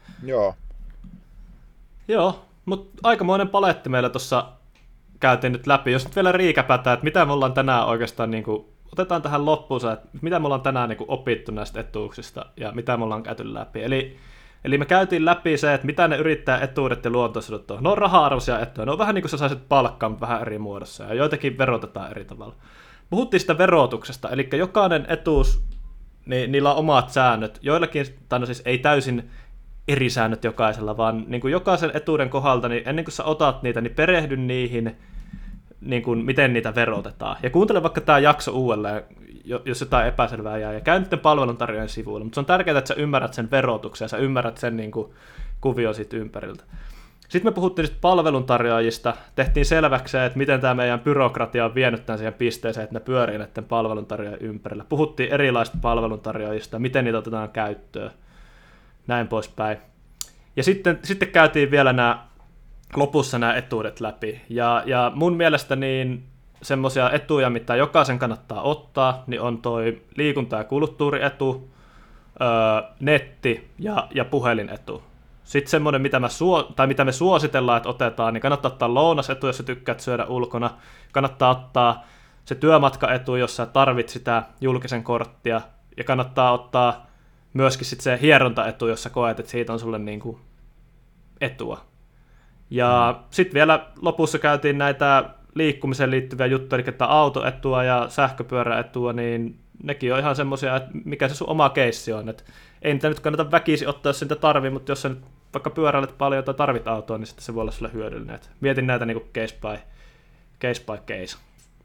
Speaker 2: Joo.
Speaker 1: Joo, mutta aikamoinen paletti meillä tuossa käytiin nyt läpi. Jos nyt vielä riikäpätään, että mitä me ollaan tänään oikeastaan, niin kuin, otetaan tähän loppuun, että mitä me ollaan tänään niin kuin, opittu näistä etuuksista ja mitä me ollaan käyty läpi. Eli me käytiin läpi se, että mitä ne yrittää etuudet ja luontoisuudet on. Ne on raha-arvoisia etuja, ne on vähän niin kuin sä saisit palkkaa vähän eri muodossa ja joitakin verotetaan eri tavalla. Puhuttiin sitä verotuksesta, eli jokainen etuus, niin niillä on omat säännöt. Joillakin, tai no siis ei täysin eri säännöt jokaisella, vaan niin kuin jokaisen etuuden kohdalta, niin ennen kuin sä otat niitä, niin perehdy niihin, niin kuin miten niitä verotetaan. Ja kuuntele vaikka tämä jakso uudelleen, jos jotain epäselvää jää, ja käy nyt palveluntarjoajan sivuilla. Mutta se on tärkeää, että sä ymmärrät sen verotuksen, ja sä ymmärrät sen niin kuin kuvion siitä ympäriltä. Sitten me puhuttiin palveluntarjoajista, tehtiin selväksi se, että miten tämä meidän byrokratia on vienyt tämän siihen pisteeseen, että ne pyörii näiden palveluntarjoajien ympärillä. Puhuttiin erilaisista palveluntarjoajista, miten niitä otetaan käyttöön, näin poispäin. Ja sitten käytiin vielä lopussa nämä etuudet läpi. Ja mun mielestä niin semmoisia etuja, mitä jokaisen kannattaa ottaa, niin on toi liikunta- ja kulttuurietu, netti ja puhelinetu. Sitten semmoinen, mitä me suositellaan, että otetaan, niin kannattaa ottaa lounasetu, jos sä tykkäät syödä ulkona. Kannattaa ottaa se työmatkaetu, jos sä tarvit sitä julkisen korttia. Ja kannattaa ottaa myöskin sit se hierontaetu, jos sä koet, että siitä on sulle niinku etua. Ja sitten vielä lopussa käytiin näitä liikkumiseen liittyviä juttuja, eli että autoetua ja sähköpyöräetua, niin nekin on ihan semmoisia, että mikä se sun oma keissi on. Et ei niitä nyt kannata väkisin ottaa, jos sitä tarvii, mutta jos sä nyt vaikka pyöräilet paljon tai tarvit autoa, niin sitten se voi olla sulle hyödyllinen. Et mietin näitä niin kuin case by case.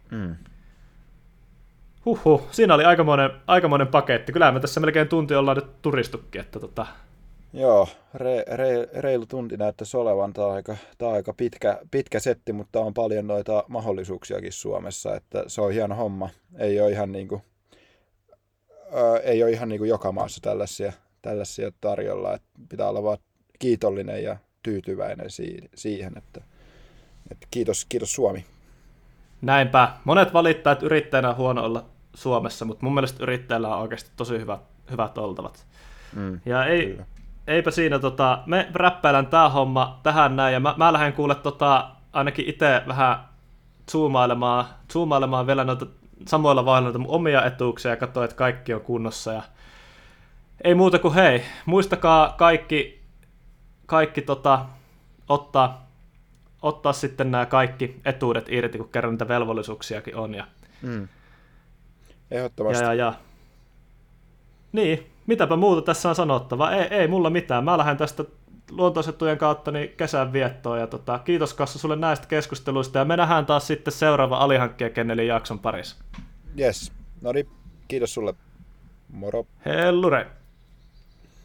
Speaker 1: Siinä oli aikamoinen paketti. Kyllä me tässä melkein tunti ollaan nyt turistukin. Että
Speaker 2: Joo, reilu tunti näyttäisi olevan. Tämä on aika pitkä setti, mutta on paljon noita mahdollisuuksiakin Suomessa. Että se on hieno homma. Ei ole ihan niin kuin joka maassa tällaisia tarjolla. Että pitää olla vaan kiitollinen ja tyytyväinen siihen, että kiitos Suomi.
Speaker 1: Näinpä. Monet valittaa, että yrittäjänä on huono olla Suomessa, mutta mun mielestä yrittäjällä on oikeasti tosi hyvät oltavat. Ja eipä siinä, me räppäilän tää homma tähän näin, ja mä lähden kuule ainakin itse vähän zoomailemaan vielä noita samoilla vaiheilla mun omia etuuksia ja katsoa, että kaikki on kunnossa. Ja ei muuta kuin hei, muistakaa kaikki ottaa sitten nämä kaikki etuudet irti, kun kerran niitä velvollisuuksiakin on.
Speaker 2: Ehdottomasti.
Speaker 1: Niin, mitäpä muuta tässä on sanottava. Ei mulla mitään. Mä lähden tästä luontaisetujen kautta niin kesän viettoon. Ja kiitos Kassa sulle näistä keskusteluista. Ja me nähdään taas sitten seuraava Alihankkijakennelin jakson parissa.
Speaker 2: Yes. No niin, kiitos sulle. Moro.
Speaker 1: Hellure.